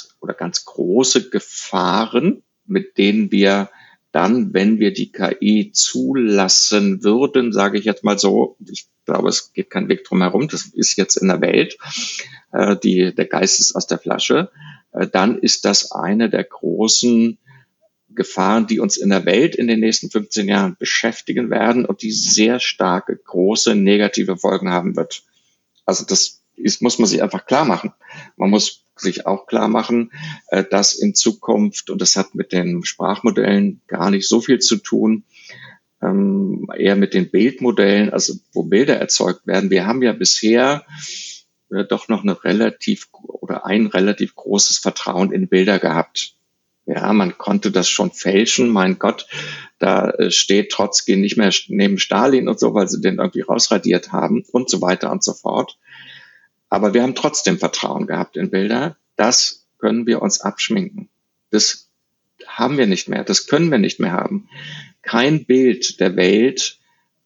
Speaker 4: große Gefahren, mit denen wir dann, wenn wir die KI zulassen würden, sage ich jetzt mal so, ich glaube, es geht kein Weg drum herum, das ist jetzt in der Welt, der Geist ist aus der Flasche, dann ist das eine der großen Gefahren, die uns in der Welt in den nächsten 15 Jahren beschäftigen werden und die sehr starke, große negative Folgen haben wird. Also muss man sich einfach klar machen. Man muss sich auch klar machen, dass in Zukunft, und das hat mit den Sprachmodellen gar nicht so viel zu tun, eher mit den Bildmodellen, also wo Bilder erzeugt werden. Wir haben ja bisher doch noch ein relativ großes Vertrauen in Bilder gehabt. Ja, man konnte das schon fälschen. Mein Gott, da steht Trotzki nicht mehr neben Stalin und so, weil sie den irgendwie rausradiert haben und so weiter und so fort. Aber wir haben trotzdem Vertrauen gehabt in Bilder. Das können wir uns abschminken. Das haben wir nicht mehr. Das können wir nicht mehr haben. Keinem Bild der Welt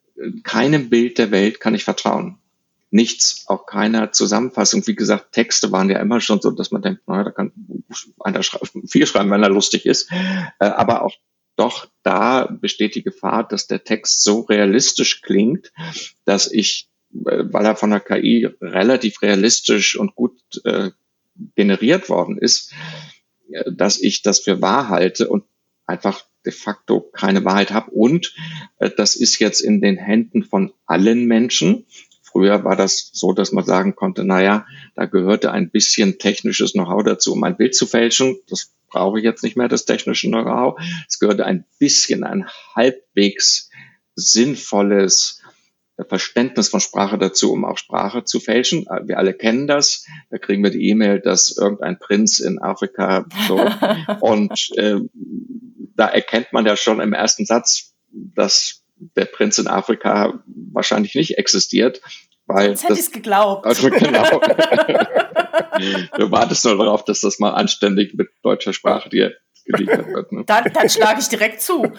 Speaker 4: kann ich vertrauen. Nichts, auch keiner Zusammenfassung. Wie gesagt, Texte waren ja immer schon so, dass man denkt, naja, da kann einer viel schreiben, wenn er lustig ist. Aber auch doch da besteht die Gefahr, dass der Text so realistisch klingt, dass weil er von der KI relativ realistisch und gut generiert worden ist, dass ich das für wahr halte und einfach de facto keine Wahrheit habe. Und das ist jetzt in den Händen von allen Menschen. Früher war das so, dass man sagen konnte, naja, da gehörte ein bisschen technisches Know-how dazu, um ein Bild zu fälschen. Das brauche ich jetzt nicht mehr, das technische Know-how. Es gehörte ein halbwegs sinnvolles Verständnis von Sprache dazu, um auch Sprache zu fälschen. Wir alle kennen das. Da kriegen wir die E-Mail, dass irgendein Prinz in Afrika so und da erkennt man ja schon im ersten Satz, dass der Prinz in Afrika wahrscheinlich nicht existiert, weil
Speaker 2: sonst hätte ich es geglaubt.
Speaker 4: Also genau. Du wartest nur darauf, dass das mal anständig mit deutscher Sprache dir geliefert wird. Ne?
Speaker 2: Dann schlage ich direkt zu.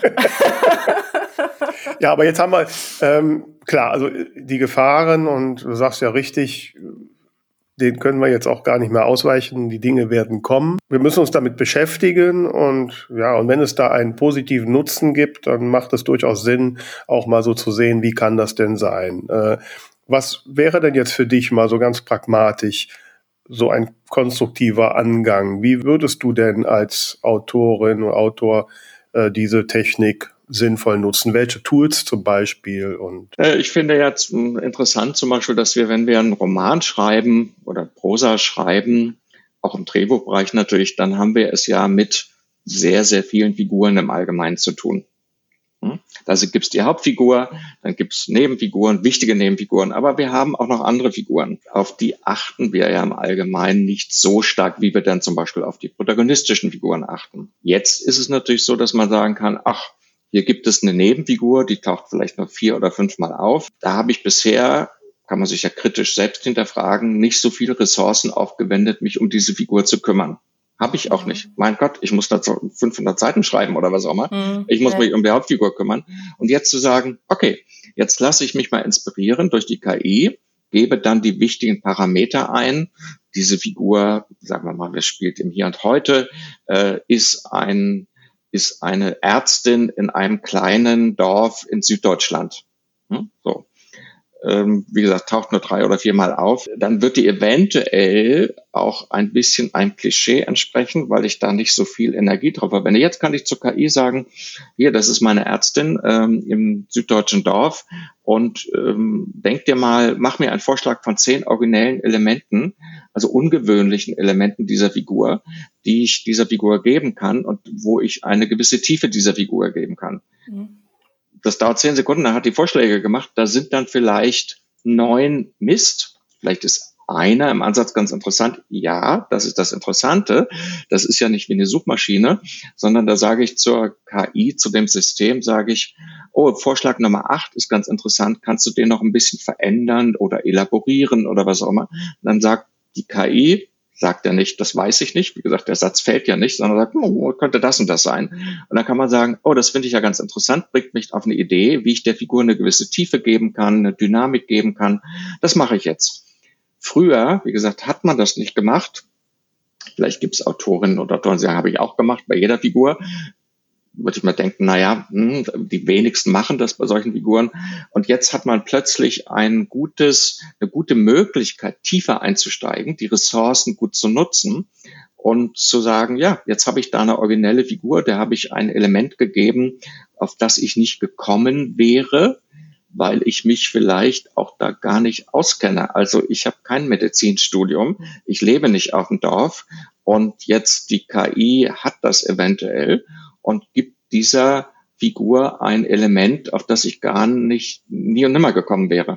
Speaker 1: Ja, aber jetzt haben wir, klar, also die Gefahren, und du sagst ja richtig, denen können wir jetzt auch gar nicht mehr ausweichen, die Dinge werden kommen. Wir müssen uns damit beschäftigen und wenn es da einen positiven Nutzen gibt, dann macht es durchaus Sinn, auch mal so zu sehen, wie kann das denn sein? Was wäre denn jetzt für dich mal so ganz pragmatisch so ein konstruktiver Angang? Wie würdest du denn als Autorin oder Autor diese Technik sinnvoll nutzen? Welche Tools zum Beispiel? Und
Speaker 4: ich finde jetzt interessant zum Beispiel, dass wir, wenn wir einen Roman schreiben oder Prosa schreiben, auch im Drehbuchbereich natürlich, dann haben wir es ja mit sehr, sehr vielen Figuren im Allgemeinen zu tun. Also gibt es die Hauptfigur, dann gibt es Nebenfiguren, wichtige Nebenfiguren, aber wir haben auch noch andere Figuren. Auf die achten wir ja im Allgemeinen nicht so stark, wie wir dann zum Beispiel auf die protagonistischen Figuren achten. Jetzt ist es natürlich so, dass man sagen kann, ach, hier gibt es eine Nebenfigur, die taucht vielleicht nur 4 oder 5 Mal auf. Da habe ich bisher, kann man sich ja kritisch selbst hinterfragen, nicht so viele Ressourcen aufgewendet, mich um diese Figur zu kümmern. Habe ich auch nicht. Mein Gott, ich muss dazu 500 Seiten schreiben oder was auch immer. Ich muss mich um die Hauptfigur kümmern. Und jetzt zu sagen, okay, jetzt lasse ich mich mal inspirieren durch die KI, gebe dann die wichtigen Parameter ein. Diese Figur, sagen wir mal, wer spielt im Hier und Heute, ist eine Ärztin in einem kleinen Dorf in Süddeutschland. So. Wie gesagt, taucht nur 3 oder 4 Mal auf, dann wird die eventuell auch ein bisschen ein Klischee entsprechen, weil ich da nicht so viel Energie drauf habe. Jetzt kann ich zur KI sagen, hier, das ist meine Ärztin im süddeutschen Dorf und denk dir mal, mach mir einen Vorschlag von 10 originellen Elementen, also ungewöhnlichen Elementen dieser Figur, die ich dieser Figur geben kann und wo ich eine gewisse Tiefe dieser Figur geben kann. Das dauert 10 Sekunden, dann hat die Vorschläge gemacht. Da sind dann vielleicht 9 Mist. Vielleicht ist einer im Ansatz ganz interessant. Ja, das ist das Interessante. Das ist ja nicht wie eine Suchmaschine, sondern da sage ich zur KI, zu dem System, sage ich, oh, Vorschlag Nummer 8 ist ganz interessant. Kannst du den noch ein bisschen verändern oder elaborieren oder was auch immer? Und dann sagt die KI, sagt er nicht, das weiß ich nicht. Wie gesagt, der Satz fällt ja nicht, sondern sagt, könnte das und das sein. Und dann kann man sagen, oh, das finde ich ja ganz interessant, bringt mich auf eine Idee, wie ich der Figur eine gewisse Tiefe geben kann, eine Dynamik geben kann. Das mache ich jetzt. Früher, wie gesagt, hat man das nicht gemacht. Vielleicht gibt es Autorinnen oder Autoren, die habe ich auch gemacht, bei jeder Figur. Würde ich mir denken, die wenigsten machen das bei solchen Figuren. Und jetzt hat man plötzlich eine gute Möglichkeit, tiefer einzusteigen, die Ressourcen gut zu nutzen und zu sagen, ja, jetzt habe ich da eine originelle Figur, der habe ich ein Element gegeben, auf das ich nicht gekommen wäre, weil ich mich vielleicht auch da gar nicht auskenne. Also ich habe kein Medizinstudium, ich lebe nicht auf dem Dorf und jetzt die KI hat das eventuell und gibt dieser Figur ein Element, auf das ich gar nie und nimmer gekommen wäre.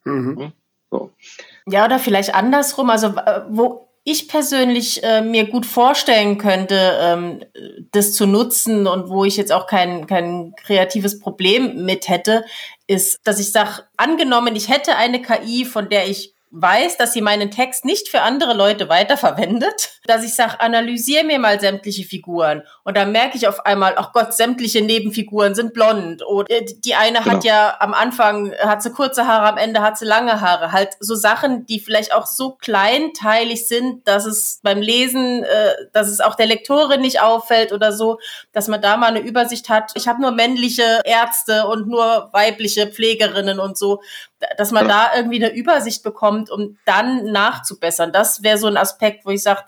Speaker 4: So.
Speaker 2: Ja, oder vielleicht andersrum, also wo ich persönlich mir gut vorstellen könnte, das zu nutzen und wo ich jetzt auch kein kreatives Problem mit hätte, ist, dass ich sage, angenommen, ich hätte eine KI, von der ich weiß, dass sie meinen Text nicht für andere Leute weiterverwendet, dass ich sage, analysiere mir mal sämtliche Figuren und dann merke ich auf einmal, ach Gott, sämtliche Nebenfiguren sind blond oder die eine hat ja am Anfang, hat sie kurze Haare, am Ende hat sie lange Haare, halt so Sachen, die vielleicht auch so kleinteilig sind, dass es beim Lesen, dass es auch der Lektorin nicht auffällt oder so, dass man da mal eine Übersicht hat. Ich habe nur männliche Ärzte und nur weibliche Pflegerinnen und so, dass man da irgendwie eine Übersicht bekommt, um dann nachzubessern. Das wäre so ein Aspekt, wo ich sage,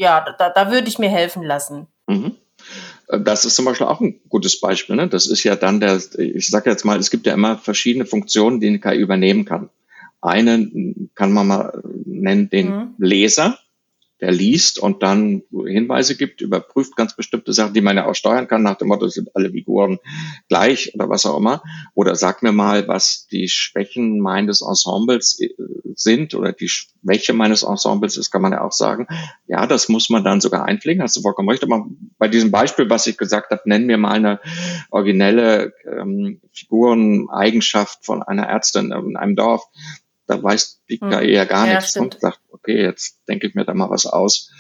Speaker 2: da würde ich mir helfen lassen.
Speaker 4: Das ist zum Beispiel auch ein gutes Beispiel. Ne? Das ist ja dann ich sage jetzt mal, es gibt ja immer verschiedene Funktionen, die eine KI übernehmen kann. Eine kann man mal nennen, den Leser, der liest und dann Hinweise gibt, überprüft ganz bestimmte Sachen, die man ja auch steuern kann, nach dem Motto, sind alle Figuren gleich oder was auch immer. Oder sag mir mal, was die Schwächen meines Ensembles sind oder die Schwäche meines Ensembles ist, kann man ja auch sagen. Ja, das muss man dann sogar einpflegen, hast du vollkommen recht. Aber bei diesem Beispiel, was ich gesagt habe, nenn mir mal eine originelle Figureneigenschaft von einer Ärztin in einem Dorf. Da weiß die KI ja gar nichts und sagt, okay, jetzt denke ich mir da mal was aus.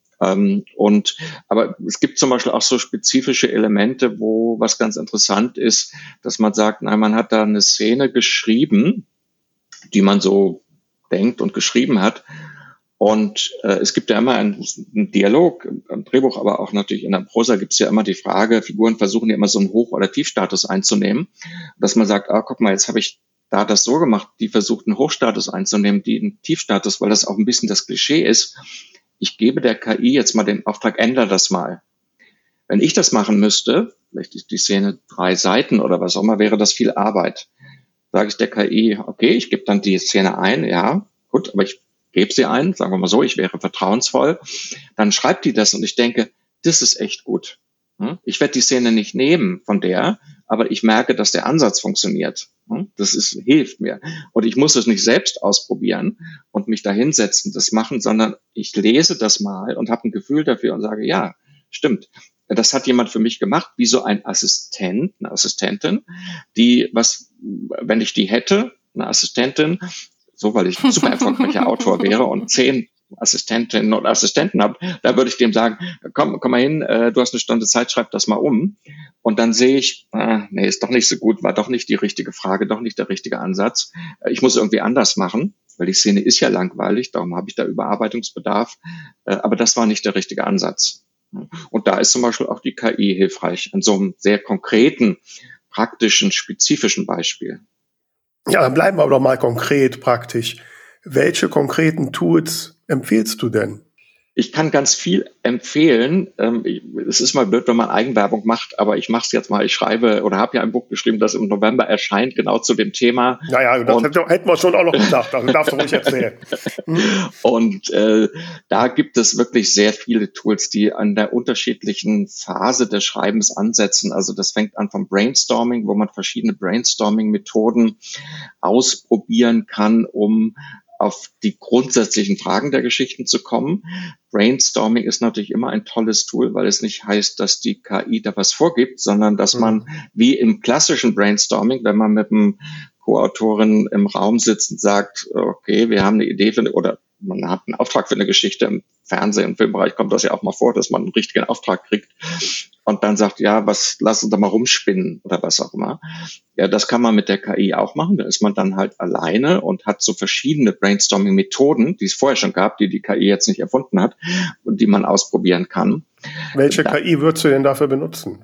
Speaker 4: Aber es gibt zum Beispiel auch so spezifische Elemente, wo was ganz interessant ist, dass man sagt, nein, man hat da eine Szene geschrieben, die man so denkt und geschrieben hat. Und es gibt ja immer einen Dialog, im Drehbuch, aber auch natürlich in der Prosa gibt es ja immer die Frage, Figuren versuchen ja immer so einen Hoch- oder Tiefstatus einzunehmen, dass man sagt, guck mal, jetzt habe ich da das so gemacht, die versucht einen Hochstatus einzunehmen, die einen Tiefstatus, weil das auch ein bisschen das Klischee ist. Ich gebe der KI jetzt mal den Auftrag, ändere das mal. Wenn ich das machen müsste, vielleicht ist die Szene 3 Seiten oder was auch immer, wäre das viel Arbeit. Sage ich der KI, okay, ich gebe dann die Szene ein, ja, gut, aber ich gebe sie ein, sagen wir mal so, ich wäre vertrauensvoll, dann schreibt die das und ich denke, das ist echt gut. Ich werde die Szene nicht nehmen von der, aber ich merke, dass der Ansatz funktioniert. Das hilft mir. Und ich muss es nicht selbst ausprobieren und mich da hinsetzen, das machen, sondern ich lese das mal und habe ein Gefühl dafür und sage, ja, stimmt. Das hat jemand für mich gemacht, wie so ein Assistent, eine Assistentin, die, wenn ich die hätte, eine Assistentin, so, weil ich ein super erfolgreicher Autor wäre und 10 Assistentinnen und Assistenten habe, da würde ich dem sagen, komm mal hin, du hast eine Stunde Zeit, schreib das mal um. Und dann sehe ich, nee, ist doch nicht so gut, war doch nicht die richtige Frage, doch nicht der richtige Ansatz. Ich muss irgendwie anders machen, weil die Szene ist ja langweilig, darum habe ich da Überarbeitungsbedarf. Aber das war nicht der richtige Ansatz. Und da ist zum Beispiel auch die KI hilfreich, an so einem sehr konkreten, praktischen, spezifischen Beispiel.
Speaker 1: Ja, dann bleiben wir aber doch mal konkret, praktisch. Welche konkreten Tools empfiehlst du denn?
Speaker 4: Ich kann ganz viel empfehlen. Es ist mal blöd, wenn man Eigenwerbung macht, aber ich mache es jetzt mal. Ich schreibe oder habe ja ein Buch geschrieben, das im November erscheint, genau zu dem Thema.
Speaker 1: Naja, das hätten wir schon auch noch gesagt. Also darfst du ruhig erzählen.
Speaker 4: Und da gibt es wirklich sehr viele Tools, die an der unterschiedlichen Phase des Schreibens ansetzen. Also das fängt an vom Brainstorming, wo man verschiedene Brainstorming-Methoden ausprobieren kann, um auf die grundsätzlichen Fragen der Geschichten zu kommen. Brainstorming ist natürlich immer ein tolles Tool, weil es nicht heißt, dass die KI da was vorgibt, sondern dass man wie im klassischen Brainstorming, wenn man mit einem Co-Autorin im Raum sitzt und sagt, okay, wir haben eine Idee oder man hat einen Auftrag für eine Geschichte. Im Fernseh- und Filmbereich kommt das ja auch mal vor, dass man einen richtigen Auftrag kriegt und dann sagt, ja, lass uns da mal rumspinnen oder was auch immer. Ja, das kann man mit der KI auch machen. Da ist man dann halt alleine und hat so verschiedene Brainstorming-Methoden, die es vorher schon gab, die KI jetzt nicht erfunden hat und die man ausprobieren kann.
Speaker 1: Welche KI würdest du denn dafür benutzen?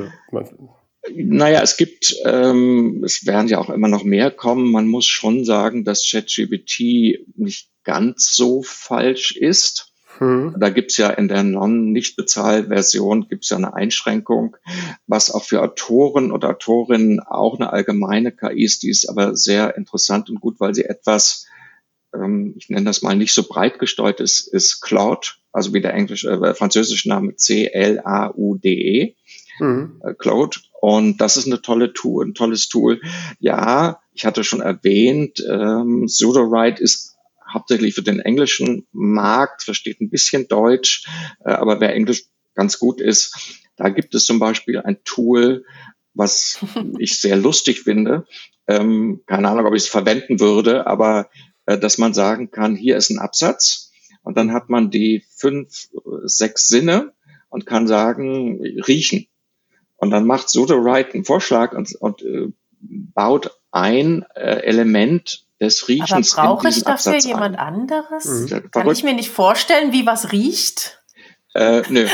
Speaker 4: Naja, es werden ja auch immer noch mehr kommen. Man muss schon sagen, dass ChatGPT nicht ganz so falsch ist. Da gibt's ja in der Non-Nicht-Bezahl-Version gibt's ja eine Einschränkung, was auch für Autoren oder Autorinnen auch eine allgemeine KI ist. Die ist aber sehr interessant und gut, weil sie etwas, ich nenne das mal nicht so breit gestreut ist Claude, also wie der französische Name Claude. Claude. Und das ist ein tolles Tool. Ja, ich hatte schon erwähnt, Sudowrite ist hauptsächlich für den englischen Markt, versteht ein bisschen Deutsch, aber wer Englisch ganz gut ist, da gibt es zum Beispiel ein Tool, was ich sehr lustig finde. Keine Ahnung, ob ich es verwenden würde, aber dass man sagen kann, hier ist ein Absatz und dann hat man die 5, 6 Sinne und kann sagen, riechen. Und dann macht Sudowrite einen Vorschlag und baut ein Element des Riechens.
Speaker 2: Aber brauche ich dafür jemand anderes? Kann ich mir nicht vorstellen, wie was riecht?
Speaker 4: Nö.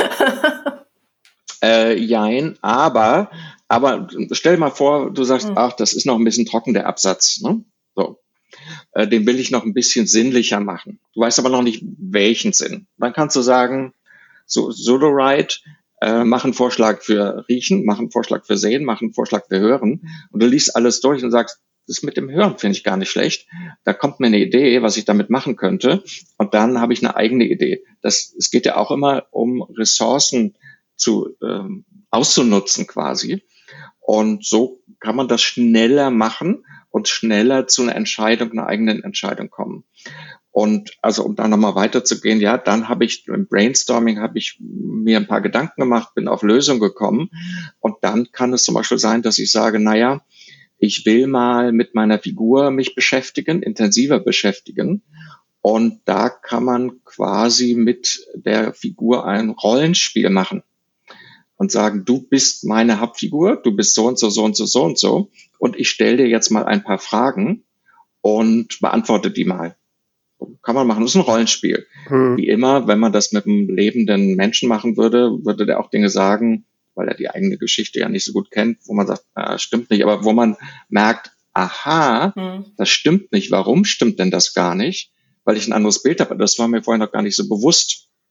Speaker 4: Jein, aber stell dir mal vor, du sagst, ach, das ist noch ein bisschen trocken, der Absatz. Ne? So. Den will ich noch ein bisschen sinnlicher machen. Du weißt aber noch nicht, welchen Sinn. Dann kannst du sagen, Sudowrite, mach einen Vorschlag für Riechen, mach einen Vorschlag für Sehen, mach einen Vorschlag für Hören. Und du liest alles durch und sagst, das mit dem Hören finde ich gar nicht schlecht. Da kommt mir eine Idee, was ich damit machen könnte. Und dann habe ich eine eigene Idee. Es geht ja auch immer um Ressourcen auszunutzen quasi. Und so kann man das schneller machen und schneller zu einer eigenen Entscheidung kommen. Und also um da nochmal weiterzugehen, ja, dann im Brainstorming habe ich mir ein paar Gedanken gemacht, bin auf Lösungen gekommen. Und dann kann es zum Beispiel sein, dass ich sage, naja, ich will mal mit meiner Figur mich intensiver beschäftigen. Und da kann man quasi mit der Figur ein Rollenspiel machen und sagen, du bist meine Hauptfigur, du bist so und so, so und so, so und so. Und ich stelle dir jetzt mal ein paar Fragen und beantworte die mal. Kann man machen, das ist ein Rollenspiel. Wie immer, wenn man das mit einem lebenden Menschen machen würde der auch Dinge sagen, weil er die eigene Geschichte ja nicht so gut kennt, wo man sagt, stimmt nicht, aber wo man merkt, aha, das stimmt nicht. Warum stimmt denn das gar nicht? Weil ich ein anderes Bild habe. Das war mir vorher noch gar nicht so bewusst.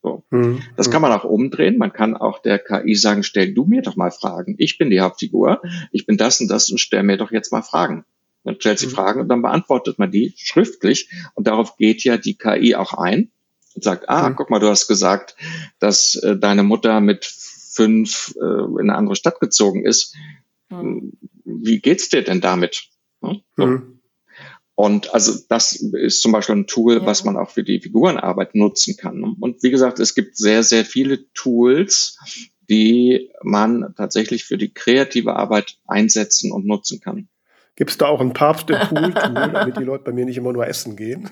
Speaker 4: So. Das kann man auch umdrehen. Man kann auch der KI sagen, stell du mir doch mal Fragen. Ich bin die Hauptfigur. Ich bin das und das und stell mir doch jetzt mal Fragen. Dann stellt sie Fragen und dann beantwortet man die schriftlich. Und darauf geht ja die KI auch ein und sagt, guck mal, du hast gesagt, dass deine Mutter mit 5 in eine andere Stadt gezogen ist. Wie geht's dir denn damit? So. Und also das ist zum Beispiel ein Tool, was man auch für die Figurenarbeit nutzen kann. Und wie gesagt, es gibt sehr, sehr viele Tools, die man tatsächlich für die kreative Arbeit einsetzen und nutzen kann.
Speaker 1: Gibt es da auch ein Papst im Pool, damit die Leute bei mir nicht immer nur essen gehen?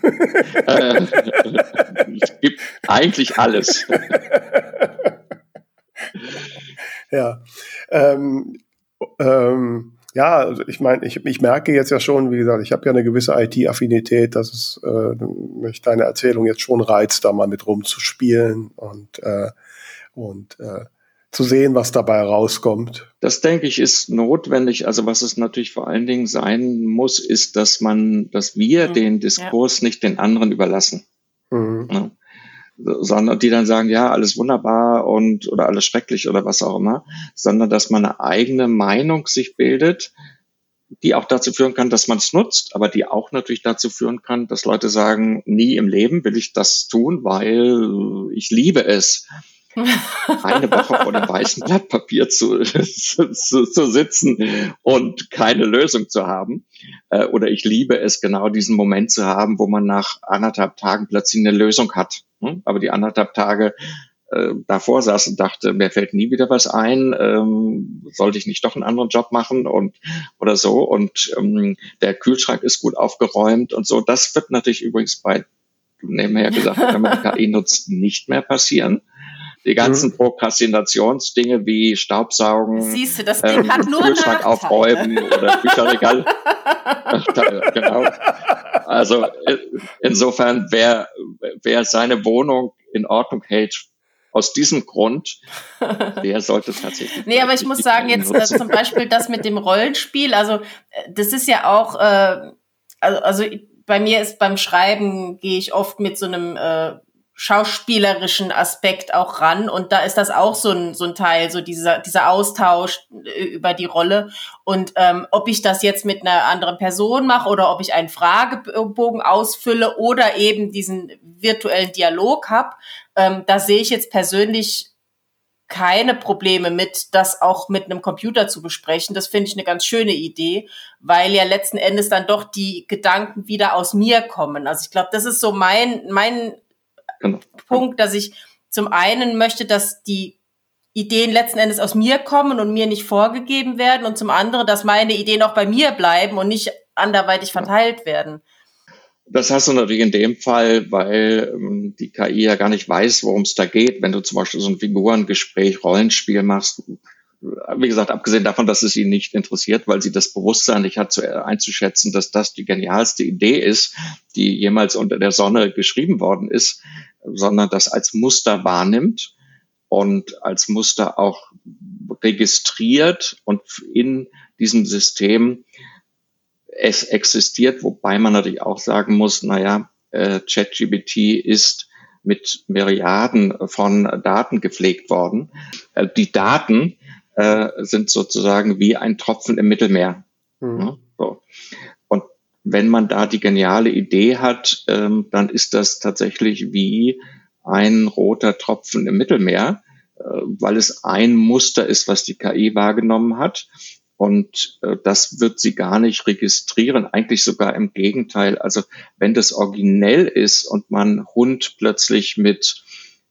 Speaker 4: Es gibt eigentlich alles.
Speaker 1: Ja. Ja, also ich meine, ich merke jetzt ja schon, wie gesagt, ich habe ja eine gewisse IT-Affinität, dass es mich deine Erzählung jetzt schon reizt, da mal mit rumzuspielen und zu sehen, was dabei rauskommt.
Speaker 4: Das, denke ich, ist notwendig. Also was es natürlich vor allen Dingen sein muss, ist, dass wir den Diskurs nicht den anderen überlassen. Ja. Sondern die dann sagen, ja, alles wunderbar oder alles schrecklich oder was auch immer, sondern dass man eine eigene Meinung sich bildet, die auch dazu führen kann, dass man es nutzt, aber die auch natürlich dazu führen kann, dass Leute sagen, nie im Leben will ich das tun, weil ich liebe es, eine Woche vor dem weißen Blatt Papier zu sitzen und keine Lösung zu haben. Oder ich liebe es, genau diesen Moment zu haben, wo man nach 1,5 Tagen plötzlich eine Lösung hat. Aber die 1,5 Tage davor saß und dachte, mir fällt nie wieder was ein, sollte ich nicht doch einen anderen Job machen oder so. Und der Kühlschrank ist gut aufgeräumt und so. Das wird natürlich übrigens nebenher gesagt, wenn man die KI nutzt, nicht mehr passieren. Die ganzen Prokrastinationsdinge wie Staubsaugen,
Speaker 2: siehst du, das Ding hat nur
Speaker 4: Kühlschrank aufräumen oder Bücherregal. Genau. Also insofern, wer seine Wohnung in Ordnung hält, aus diesem Grund, der sollte tatsächlich.
Speaker 2: Nee, aber ich muss sagen, jetzt zum Beispiel das mit dem Rollenspiel, also das ist ja auch, also bei mir ist beim Schreiben, gehe ich oft mit so einem schauspielerischen Aspekt auch ran und da ist das auch so ein Teil, so dieser Austausch über die Rolle und ob ich das jetzt mit einer anderen Person mache oder ob ich einen Fragebogen ausfülle oder eben diesen virtuellen Dialog habe, da sehe ich jetzt persönlich keine Probleme mit, das auch mit einem Computer zu besprechen. Das finde ich eine ganz schöne Idee, weil ja letzten Endes dann doch die Gedanken wieder aus mir kommen. Also ich glaube, das ist so mein Punkt, dass ich zum einen möchte, dass die Ideen letzten Endes aus mir kommen und mir nicht vorgegeben werden und zum anderen, dass meine Ideen auch bei mir bleiben und nicht anderweitig verteilt werden.
Speaker 4: Das hast du natürlich in dem Fall, weil die KI ja gar nicht weiß, worum es da geht. Wenn du zum Beispiel so ein Figurengespräch, Rollenspiel machst, wie gesagt, abgesehen davon, dass es sie nicht interessiert, weil sie das Bewusstsein nicht hat, einzuschätzen, dass das die genialste Idee ist, die jemals unter der Sonne geschrieben worden ist, sondern das als Muster wahrnimmt und als Muster auch registriert und in diesem System es existiert, wobei man natürlich auch sagen muss, ChatGPT ist mit Myriaden von Daten gepflegt worden. Die Daten sind sozusagen wie ein Tropfen im Mittelmeer. Ja, so. Und wenn man da die geniale Idee hat, dann ist das tatsächlich wie ein roter Tropfen im Mittelmeer, weil es ein Muster ist, was die KI wahrgenommen hat. Und das wird sie gar nicht registrieren, eigentlich sogar im Gegenteil. Also wenn das originell ist und man Hund plötzlich mit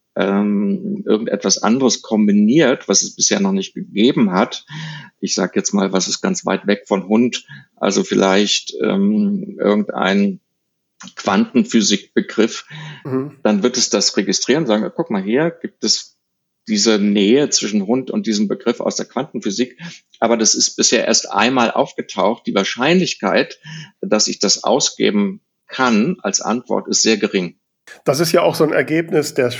Speaker 4: irgendetwas anderes kombiniert, was es bisher noch nicht gegeben hat, ich sage jetzt mal, was ist ganz weit weg von Hund, also vielleicht irgendein Quantenphysikbegriff, dann wird es das registrieren und sagen, guck mal, hier gibt es diese Nähe zwischen Hund und diesem Begriff aus der Quantenphysik. Aber das ist bisher erst einmal aufgetaucht. Die Wahrscheinlichkeit, dass ich das ausgeben kann als Antwort, ist sehr gering.
Speaker 1: Das ist ja auch so ein Ergebnis der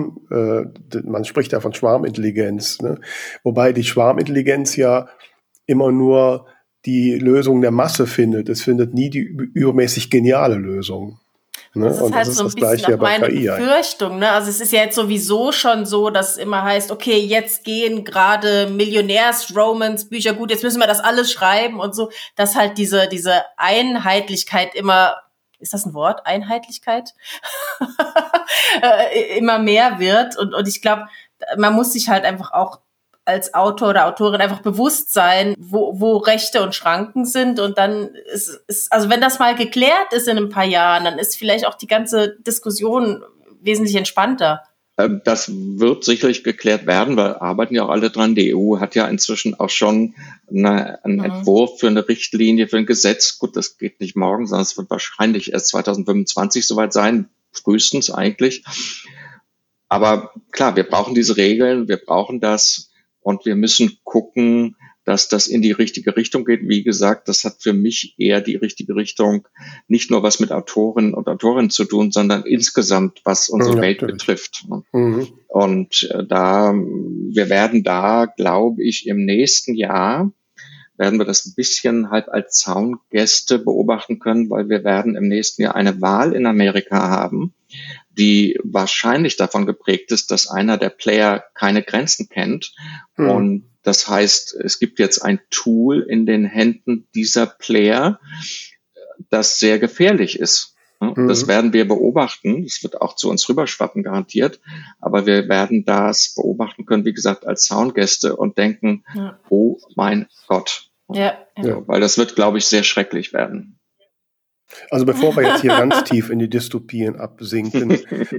Speaker 1: man spricht ja von Schwarmintelligenz, ne? Wobei die Schwarmintelligenz ja immer nur die Lösung der Masse findet. Es findet nie die übermäßig geniale Lösung. Ne?
Speaker 2: Das ist
Speaker 1: Und
Speaker 2: halt
Speaker 1: das ist
Speaker 2: so ein
Speaker 1: das
Speaker 2: bisschen
Speaker 1: Gleiche
Speaker 2: auch
Speaker 1: bei
Speaker 2: meine
Speaker 1: KI eigentlich.
Speaker 2: Befürchtung. Ne? Also es ist ja jetzt sowieso schon so, dass es immer heißt, okay, jetzt gehen gerade Millionärs-Romance-Bücher, gut, jetzt müssen wir das alles schreiben und so, dass halt diese Einheitlichkeit immer, ist das ein Wort? Einheitlichkeit? Immer mehr wird. Und ich glaube, man muss sich halt einfach auch als Autor oder Autorin einfach bewusst sein, wo Rechte und Schranken sind. Und dann ist, also wenn das mal geklärt ist in ein paar Jahren, dann ist vielleicht auch die ganze Diskussion wesentlich entspannter.
Speaker 4: Das wird sicherlich geklärt werden, weil arbeiten ja auch alle dran. Die EU hat ja inzwischen auch schon einen Entwurf für eine Richtlinie, für ein Gesetz. Gut, das geht nicht morgen, sondern es wird wahrscheinlich erst 2025 soweit sein, frühestens eigentlich. Aber klar, wir brauchen diese Regeln, wir brauchen das und wir müssen gucken, dass das in die richtige Richtung geht. Wie gesagt, das hat für mich eher die richtige Richtung, nicht nur was mit Autorinnen und Autorinnen zu tun, sondern insgesamt, was unsere Welt betrifft. Und wir werden da, glaube ich, im nächsten Jahr werden wir das ein bisschen halt als Zaungäste beobachten können, weil wir werden im nächsten Jahr eine Wahl in Amerika haben, die wahrscheinlich davon geprägt ist, dass einer der Player keine Grenzen kennt. Und das heißt, es gibt jetzt ein Tool in den Händen dieser Player, das sehr gefährlich ist. Das werden wir beobachten. Das wird auch zu uns rüberschwappen, garantiert. Aber wir werden das beobachten können, wie gesagt, als Soundgäste und denken, oh mein Gott.
Speaker 2: Ja.
Speaker 4: Weil das wird, glaube ich, sehr schrecklich werden.
Speaker 1: Also bevor wir jetzt hier ganz tief in die Dystopien absinken,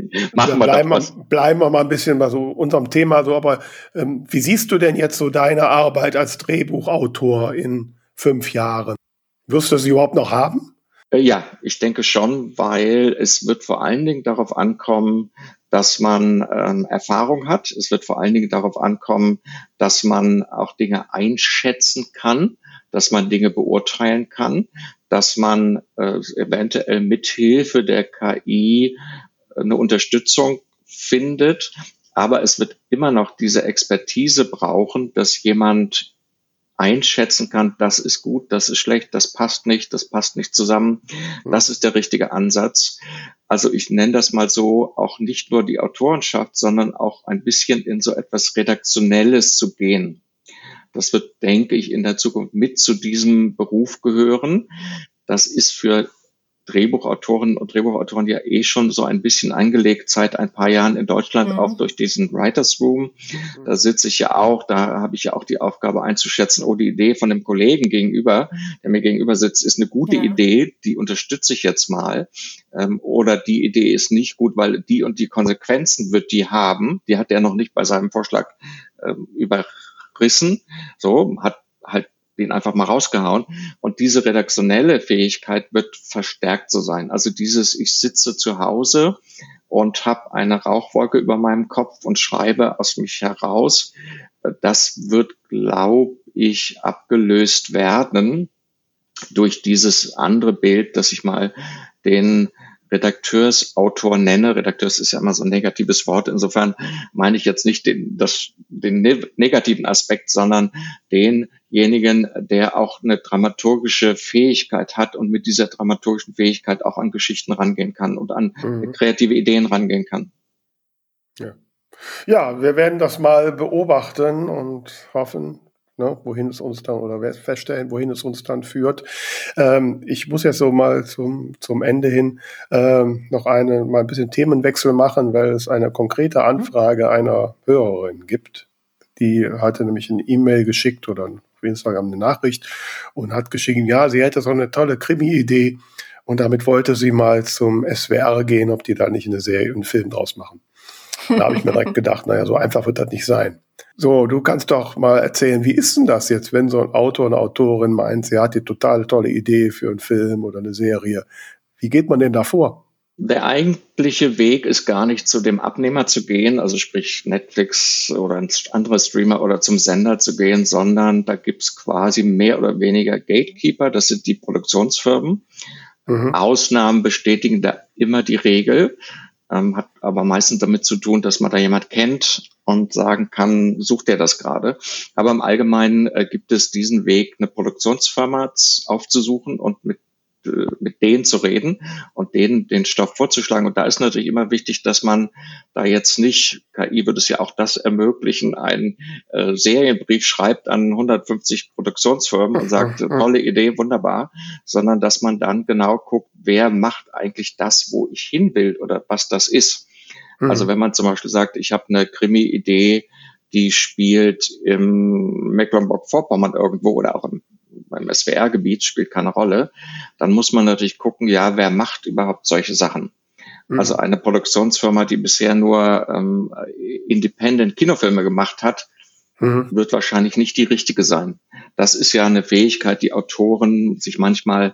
Speaker 1: bleiben wir mal ein bisschen bei so unserem Thema so. Aber wie siehst du denn jetzt so deine Arbeit als Drehbuchautor in 5 Jahren? Wirst du sie überhaupt noch haben?
Speaker 4: Ja, ich denke schon, weil es wird vor allen Dingen darauf ankommen, dass man Erfahrung hat. Es wird vor allen Dingen darauf ankommen, dass man auch Dinge einschätzen kann, dass man Dinge beurteilen kann, dass man eventuell mithilfe der KI eine Unterstützung findet. Aber es wird immer noch diese Expertise brauchen, dass jemand einschätzen kann, das ist gut, das ist schlecht, das passt nicht zusammen. Das ist der richtige Ansatz. Also ich nenne das mal so, auch nicht nur die Autorenschaft, sondern auch ein bisschen in so etwas Redaktionelles zu gehen. Das wird, denke ich, in der Zukunft mit zu diesem Beruf gehören. Das ist für Drehbuchautorinnen und Drehbuchautoren ja schon so ein bisschen angelegt seit ein paar Jahren in Deutschland, auch durch diesen Writers Room. Da sitze ich ja auch, da habe ich ja auch die Aufgabe einzuschätzen, die Idee von dem Kollegen gegenüber, der mir gegenüber sitzt, ist eine gute Idee, die unterstütze ich jetzt mal. Oder die Idee ist nicht gut, weil die und die Konsequenzen wird die haben. Die hat er noch nicht bei seinem Vorschlag überrissen. So, hat halt den einfach mal rausgehauen. Und diese redaktionelle Fähigkeit wird verstärkt so sein. Also ich sitze zu Hause und habe eine Rauchwolke über meinem Kopf und schreibe aus mich heraus. Das wird, glaube ich, abgelöst werden durch dieses andere Bild, dass ich mal den Redakteursautor nenne. Redakteurs ist ja immer so ein negatives Wort. Insofern meine ich jetzt nicht den negativen Aspekt, sondern denjenigen, der auch eine dramaturgische Fähigkeit hat und mit dieser dramaturgischen Fähigkeit auch an Geschichten rangehen kann und an kreative Ideen rangehen kann.
Speaker 1: Ja, wir werden das mal beobachten und hoffen, wohin es uns dann, oder feststellen, wohin es uns dann führt. Ich muss jetzt so mal zum Ende hin noch mal ein bisschen Themenwechsel machen, weil es eine konkrete Anfrage einer Hörerin gibt. Die hatte nämlich eine E-Mail geschickt oder auf Instagram eine Nachricht und hat geschrieben, ja, sie hätte so eine tolle Krimi-Idee und damit wollte sie mal zum SWR gehen, ob die da nicht eine Serie, einen Film draus machen. Da habe ich mir direkt gedacht, so einfach wird das nicht sein. So, du kannst doch mal erzählen, wie ist denn das jetzt, wenn so ein Autor, eine Autorin meint, sie hat die total tolle Idee für einen Film oder eine Serie. Wie geht man denn da vor?
Speaker 4: Der eigentliche Weg ist gar nicht zu dem Abnehmer zu gehen, also sprich Netflix oder ein anderer Streamer oder zum Sender zu gehen, sondern da gibt's quasi mehr oder weniger Gatekeeper, das sind die Produktionsfirmen. Ausnahmen bestätigen da immer die Regel. Hat aber meistens damit zu tun, dass man da jemand kennt und sagen kann, sucht der das gerade. Aber im Allgemeinen gibt es diesen Weg, eine Produktionsfirma aufzusuchen und mit mit denen zu reden und denen den Stoff vorzuschlagen. Und da ist natürlich immer wichtig, dass man da jetzt nicht, KI würde es ja auch das ermöglichen, einen Serienbrief schreibt an 150 Produktionsfirmen und sagt, tolle Idee, wunderbar, sondern dass man dann genau guckt, wer macht eigentlich das, wo ich hin will oder was das ist. Also wenn man zum Beispiel sagt, ich habe eine Krimi-Idee, die spielt im Mecklenburg-Vorpommern irgendwo oder auch beim SWR-Gebiet, spielt keine Rolle, dann muss man natürlich gucken, ja, wer macht überhaupt solche Sachen? Also eine Produktionsfirma, die bisher nur Independent Kinofilme gemacht hat, wird wahrscheinlich nicht die richtige sein. Das ist ja eine Fähigkeit, die Autoren sich manchmal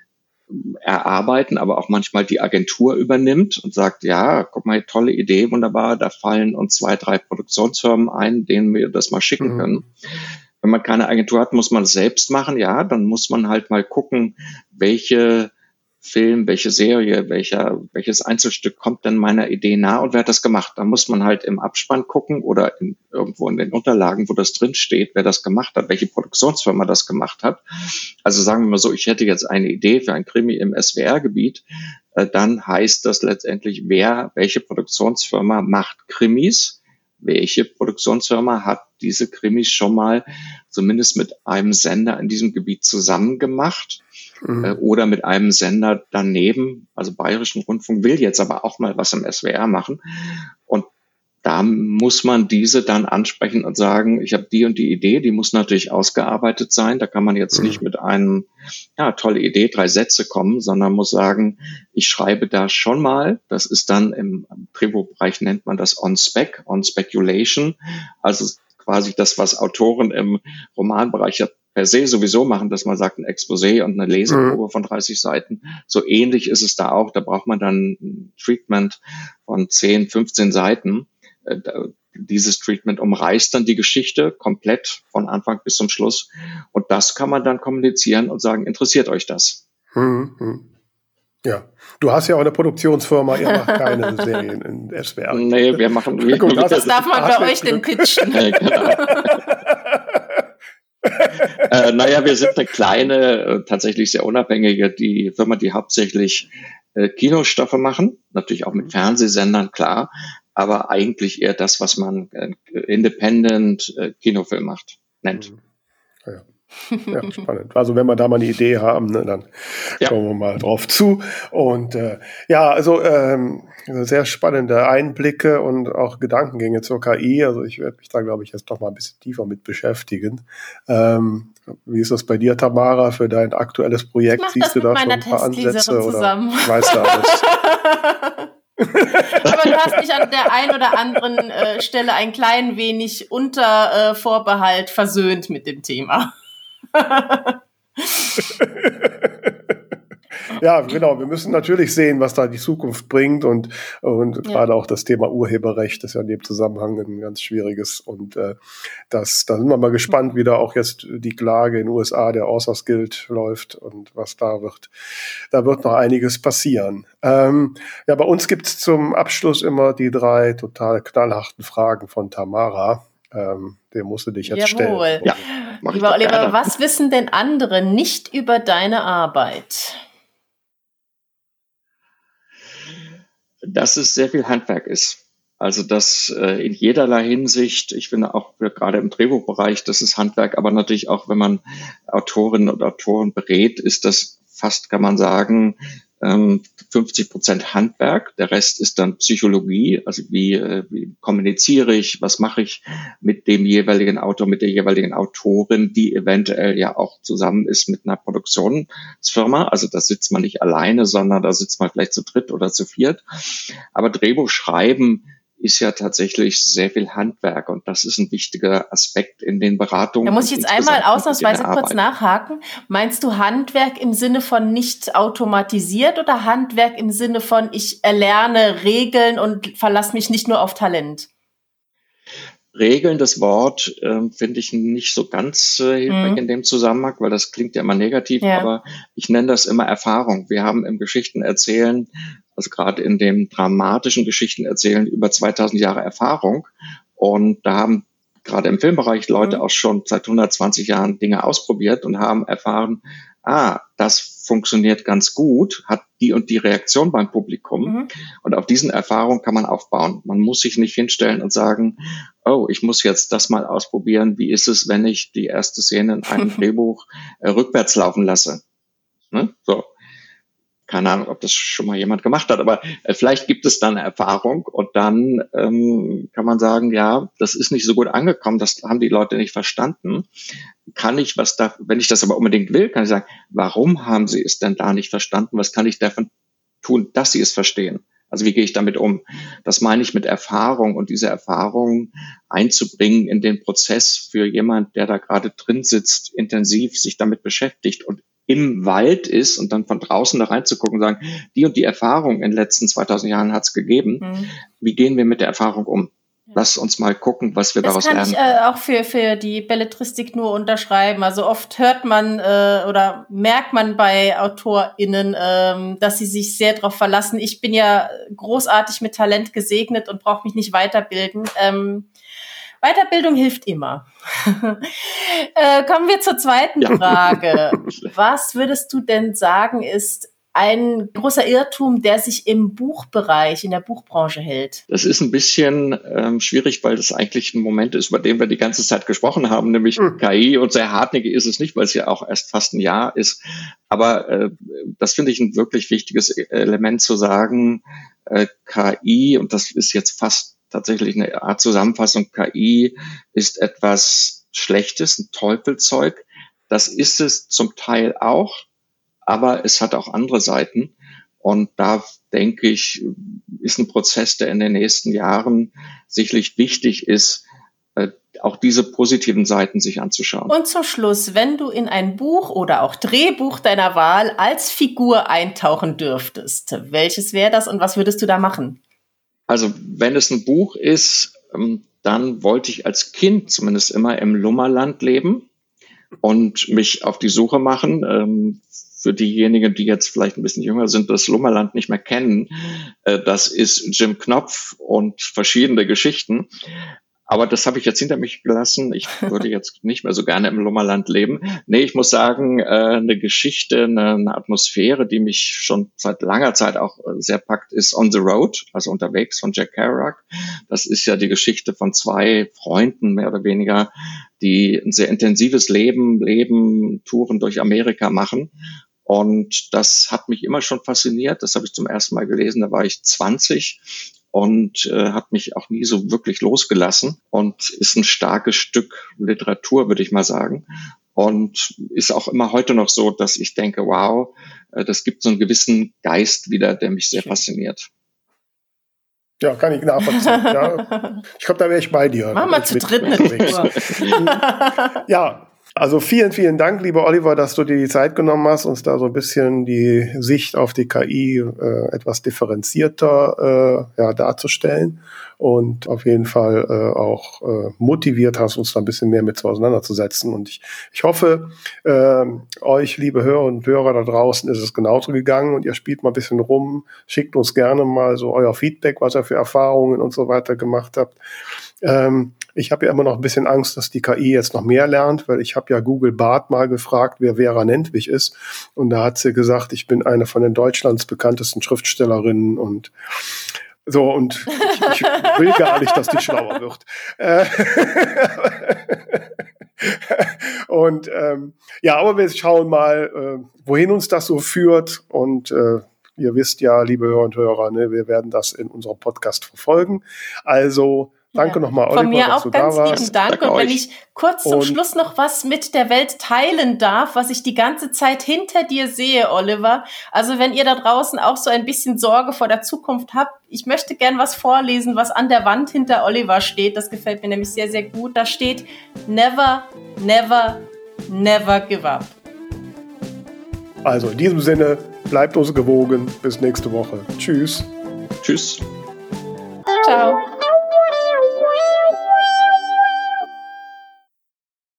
Speaker 4: erarbeiten, aber auch manchmal die Agentur übernimmt und sagt, ja, guck mal, tolle Idee, wunderbar, da fallen uns 2, 3 Produktionsfirmen ein, denen wir das mal schicken können. Wenn man keine Agentur hat, muss man es selbst machen, ja, dann muss man halt mal gucken, welche Film, welche Serie, welches Einzelstück kommt denn meiner Idee nah und wer hat das gemacht? Da muss man halt im Abspann gucken oder irgendwo in den Unterlagen, wo das drin steht, wer das gemacht hat, welche Produktionsfirma das gemacht hat. Also sagen wir mal so, ich hätte jetzt eine Idee für ein Krimi im SWR-Gebiet, dann heißt das letztendlich, welche Produktionsfirma macht Krimis, welche Produktionsfirma hat diese Krimis schon mal zumindest mit einem Sender in diesem Gebiet zusammen gemacht. Oder mit einem Sender daneben, also Bayerischen Rundfunk will jetzt aber auch mal was im SWR machen. Und da muss man diese dann ansprechen und sagen, ich habe die und die Idee, die muss natürlich ausgearbeitet sein. Da kann man jetzt nicht mit einem, ja, tolle Idee, 3 Sätze kommen, sondern muss sagen, ich schreibe da schon mal, das ist dann im Drehbuchbereich nennt man das On-Spec, On-Speculation, also quasi das, was Autoren im Romanbereich ja per se sowieso machen, dass man sagt, ein Exposé und eine Leseprobe von 30 Seiten. So ähnlich ist es da auch. Da braucht man dann ein Treatment von 10, 15 Seiten. Dieses Treatment umreißt dann die Geschichte komplett von Anfang bis zum Schluss. Und das kann man dann kommunizieren und sagen, interessiert euch das?
Speaker 1: Ja, du hast ja auch eine Produktionsfirma, ihr macht keine Serien in SWR.
Speaker 4: Nee, wir machen...
Speaker 2: Gut, das darf man bei euch denn pitchen.
Speaker 4: Genau. Naja, wir sind eine kleine, tatsächlich sehr unabhängige die Firma, die hauptsächlich Kinostoffe machen, natürlich auch mit Fernsehsendern, klar, aber eigentlich eher das, was man Independent Kinofilm nennt.
Speaker 1: Ja. Ja, spannend. Also wenn wir da mal eine Idee haben, ne, dann kommen wir mal drauf zu. Und also sehr spannende Einblicke und auch Gedankengänge zur KI. Also ich werde mich da, glaube ich, jetzt noch mal ein bisschen tiefer mit beschäftigen. Wie ist das bei dir, Tamara, für dein aktuelles Projekt? Siehst du da schon ein paar Ansätze oder weißt du alles?
Speaker 2: Aber du hast dich an der einen oder anderen Stelle ein klein wenig unter Vorbehalt versöhnt mit dem Thema.
Speaker 1: Ja, genau. Wir müssen natürlich sehen, was da die Zukunft bringt und gerade auch das Thema Urheberrecht ist ja in dem Zusammenhang ein ganz schwieriges und da sind wir mal gespannt, wie da auch jetzt die Klage in den USA der Authors Guild läuft und was da wird. Da wird noch einiges passieren. Bei uns gibt's zum Abschluss immer die 3 total knallharten Fragen von Tamara. Der musst du dich jetzt stellen.
Speaker 2: Ja, lieber Oliver, was wissen denn andere nicht über deine Arbeit?
Speaker 4: Dass es sehr viel Handwerk ist. Also dass in jederlei Hinsicht, ich finde auch gerade im Drehbuchbereich, das ist Handwerk, aber natürlich auch, wenn man Autorinnen und Autoren berät, ist das fast, kann man sagen, 50% Handwerk, der Rest ist dann Psychologie, also wie kommuniziere ich, was mache ich mit dem jeweiligen Autor, mit der jeweiligen Autorin, die eventuell ja auch zusammen ist mit einer Produktionsfirma, also da sitzt man nicht alleine, sondern da sitzt man vielleicht zu dritt oder zu viert, aber Drehbuch schreiben ist ja tatsächlich sehr viel Handwerk und das ist ein wichtiger Aspekt in den Beratungen.
Speaker 2: Da muss ich jetzt einmal ausnahmsweise kurz nachhaken. Meinst du Handwerk im Sinne von nicht automatisiert oder Handwerk im Sinne von ich erlerne Regeln und verlasse mich nicht nur auf Talent?
Speaker 4: Regeln, das Wort finde ich nicht so ganz hilfreich in dem Zusammenhang, weil das klingt ja immer negativ, aber ich nenne das immer Erfahrung. Wir haben im Geschichtenerzählen, also gerade in dem dramatischen Geschichtenerzählen, über 2000 Jahre Erfahrung und da haben gerade im Filmbereich Leute auch schon seit 120 Jahren Dinge ausprobiert und haben erfahren, das funktioniert ganz gut, hat die und die Reaktion beim Publikum. Und auf diesen Erfahrungen kann man aufbauen. Man muss sich nicht hinstellen und sagen, oh, ich muss jetzt das mal ausprobieren. Wie ist es, wenn ich die erste Szene in einem Drehbuch rückwärts laufen lasse? Ne? So. Keine Ahnung, ob das schon mal jemand gemacht hat, aber vielleicht gibt es dann eine Erfahrung und dann kann man sagen, ja, das ist nicht so gut angekommen, das haben die Leute nicht verstanden. Wenn ich das aber unbedingt will, kann ich sagen, warum haben sie es denn da nicht verstanden? Was kann ich davon tun, dass sie es verstehen? Also wie gehe ich damit um? Das meine ich mit Erfahrung und diese Erfahrung einzubringen in den Prozess für jemand, der da gerade drin sitzt, intensiv sich damit beschäftigt und im Wald ist und dann von draußen da reinzugucken und sagen, die und die Erfahrung in den letzten 2000 Jahren hat es gegeben. Wie gehen wir mit der Erfahrung um? Lass uns mal gucken, was wir daraus lernen.
Speaker 2: Das kann ich auch für die Belletristik nur unterschreiben. Also oft hört man oder merkt man bei AutorInnen, dass sie sich sehr darauf verlassen. Ich bin ja großartig mit Talent gesegnet und brauche mich nicht weiterbilden. Weiterbildung hilft immer. Kommen wir zur zweiten Frage. Was würdest du denn sagen, ist ein großer Irrtum, der sich im Buchbereich, in der Buchbranche hält?
Speaker 4: Das ist ein bisschen schwierig, weil das eigentlich ein Moment ist, über den wir die ganze Zeit gesprochen haben, nämlich KI. Und sehr hartnäckig ist es nicht, weil es ja auch erst fast ein Jahr ist. Aber das finde ich ein wirklich wichtiges Element zu sagen, KI, und das ist jetzt fast tatsächlich eine Art Zusammenfassung, KI ist etwas Schlechtes, ein Teufelzeug. Das ist es zum Teil auch, aber es hat auch andere Seiten. Und da, denke ich, ist ein Prozess, der in den nächsten Jahren sicherlich wichtig ist, auch diese positiven Seiten sich anzuschauen.
Speaker 2: Und zum Schluss, wenn du in ein Buch oder auch Drehbuch deiner Wahl als Figur eintauchen dürftest, welches wäre das und was würdest du da machen?
Speaker 4: Also wenn es ein Buch ist, dann wollte ich als Kind zumindest immer im Lummerland leben und mich auf die Suche machen. Für diejenigen, die jetzt vielleicht ein bisschen jünger sind, das Lummerland nicht mehr kennen, das ist Jim Knopf und verschiedene Geschichten. Aber das habe ich jetzt hinter mich gelassen. Ich würde jetzt nicht mehr so gerne im Lummerland leben. Nee, ich muss sagen, eine Geschichte, eine Atmosphäre, die mich schon seit langer Zeit auch sehr packt, ist On the Road, also unterwegs von Jack Kerouac. Das ist ja die Geschichte von zwei Freunden, mehr oder weniger, die ein sehr intensives Leben, Touren durch Amerika machen. Und das hat mich immer schon fasziniert. Das habe ich zum ersten Mal gelesen, da war ich 20. Und hat mich auch nie so wirklich losgelassen und ist ein starkes Stück Literatur, würde ich mal sagen. Und ist auch immer heute noch so, dass ich denke, wow, das gibt so einen gewissen Geist wieder, der mich sehr fasziniert.
Speaker 1: Ja, kann ich nachvollziehen. Ja. Ich glaube, da wäre ich bei dir.
Speaker 2: Machen wir zu dritt eine Tour.
Speaker 1: Ja. Also vielen, vielen Dank, lieber Oliver, dass du dir die Zeit genommen hast, uns da so ein bisschen die Sicht auf die KI etwas differenzierter darzustellen und auf jeden Fall auch motiviert hast, uns da ein bisschen mehr mit auseinanderzusetzen. Und ich hoffe, euch, liebe Hörer und Hörer da draußen, ist es genauso gegangen und ihr spielt mal ein bisschen rum, schickt uns gerne mal so euer Feedback, was ihr für Erfahrungen und so weiter gemacht habt. Ich habe ja immer noch ein bisschen Angst, dass die KI jetzt noch mehr lernt, weil ich habe ja Google Bart mal gefragt, wer Vera Nentwich ist. Und da hat sie gesagt, ich bin eine von den Deutschlands bekanntesten Schriftstellerinnen und so. Und ich will gar nicht, dass die schlauer wird. Und aber wir schauen mal, wohin uns das so führt. Und ihr wisst ja, liebe Hörer und Hörer, ne, wir werden das in unserem Podcast verfolgen. Also danke nochmal, Oliver,
Speaker 2: von mir
Speaker 1: dass
Speaker 2: auch
Speaker 1: du da warst.
Speaker 2: Ganz lieben Dank. Und wenn ich kurz zum Schluss noch was mit der Welt teilen darf, was ich die ganze Zeit hinter dir sehe, Oliver. Also wenn ihr da draußen auch so ein bisschen Sorge vor der Zukunft habt, ich möchte gern was vorlesen, was an der Wand hinter Oliver steht. Das gefällt mir nämlich sehr, sehr gut. Da steht: Never, never, never give up.
Speaker 1: Also in diesem Sinne, bleibt uns gewogen. Bis nächste Woche. Tschüss.
Speaker 4: Tschüss.
Speaker 2: Ciao.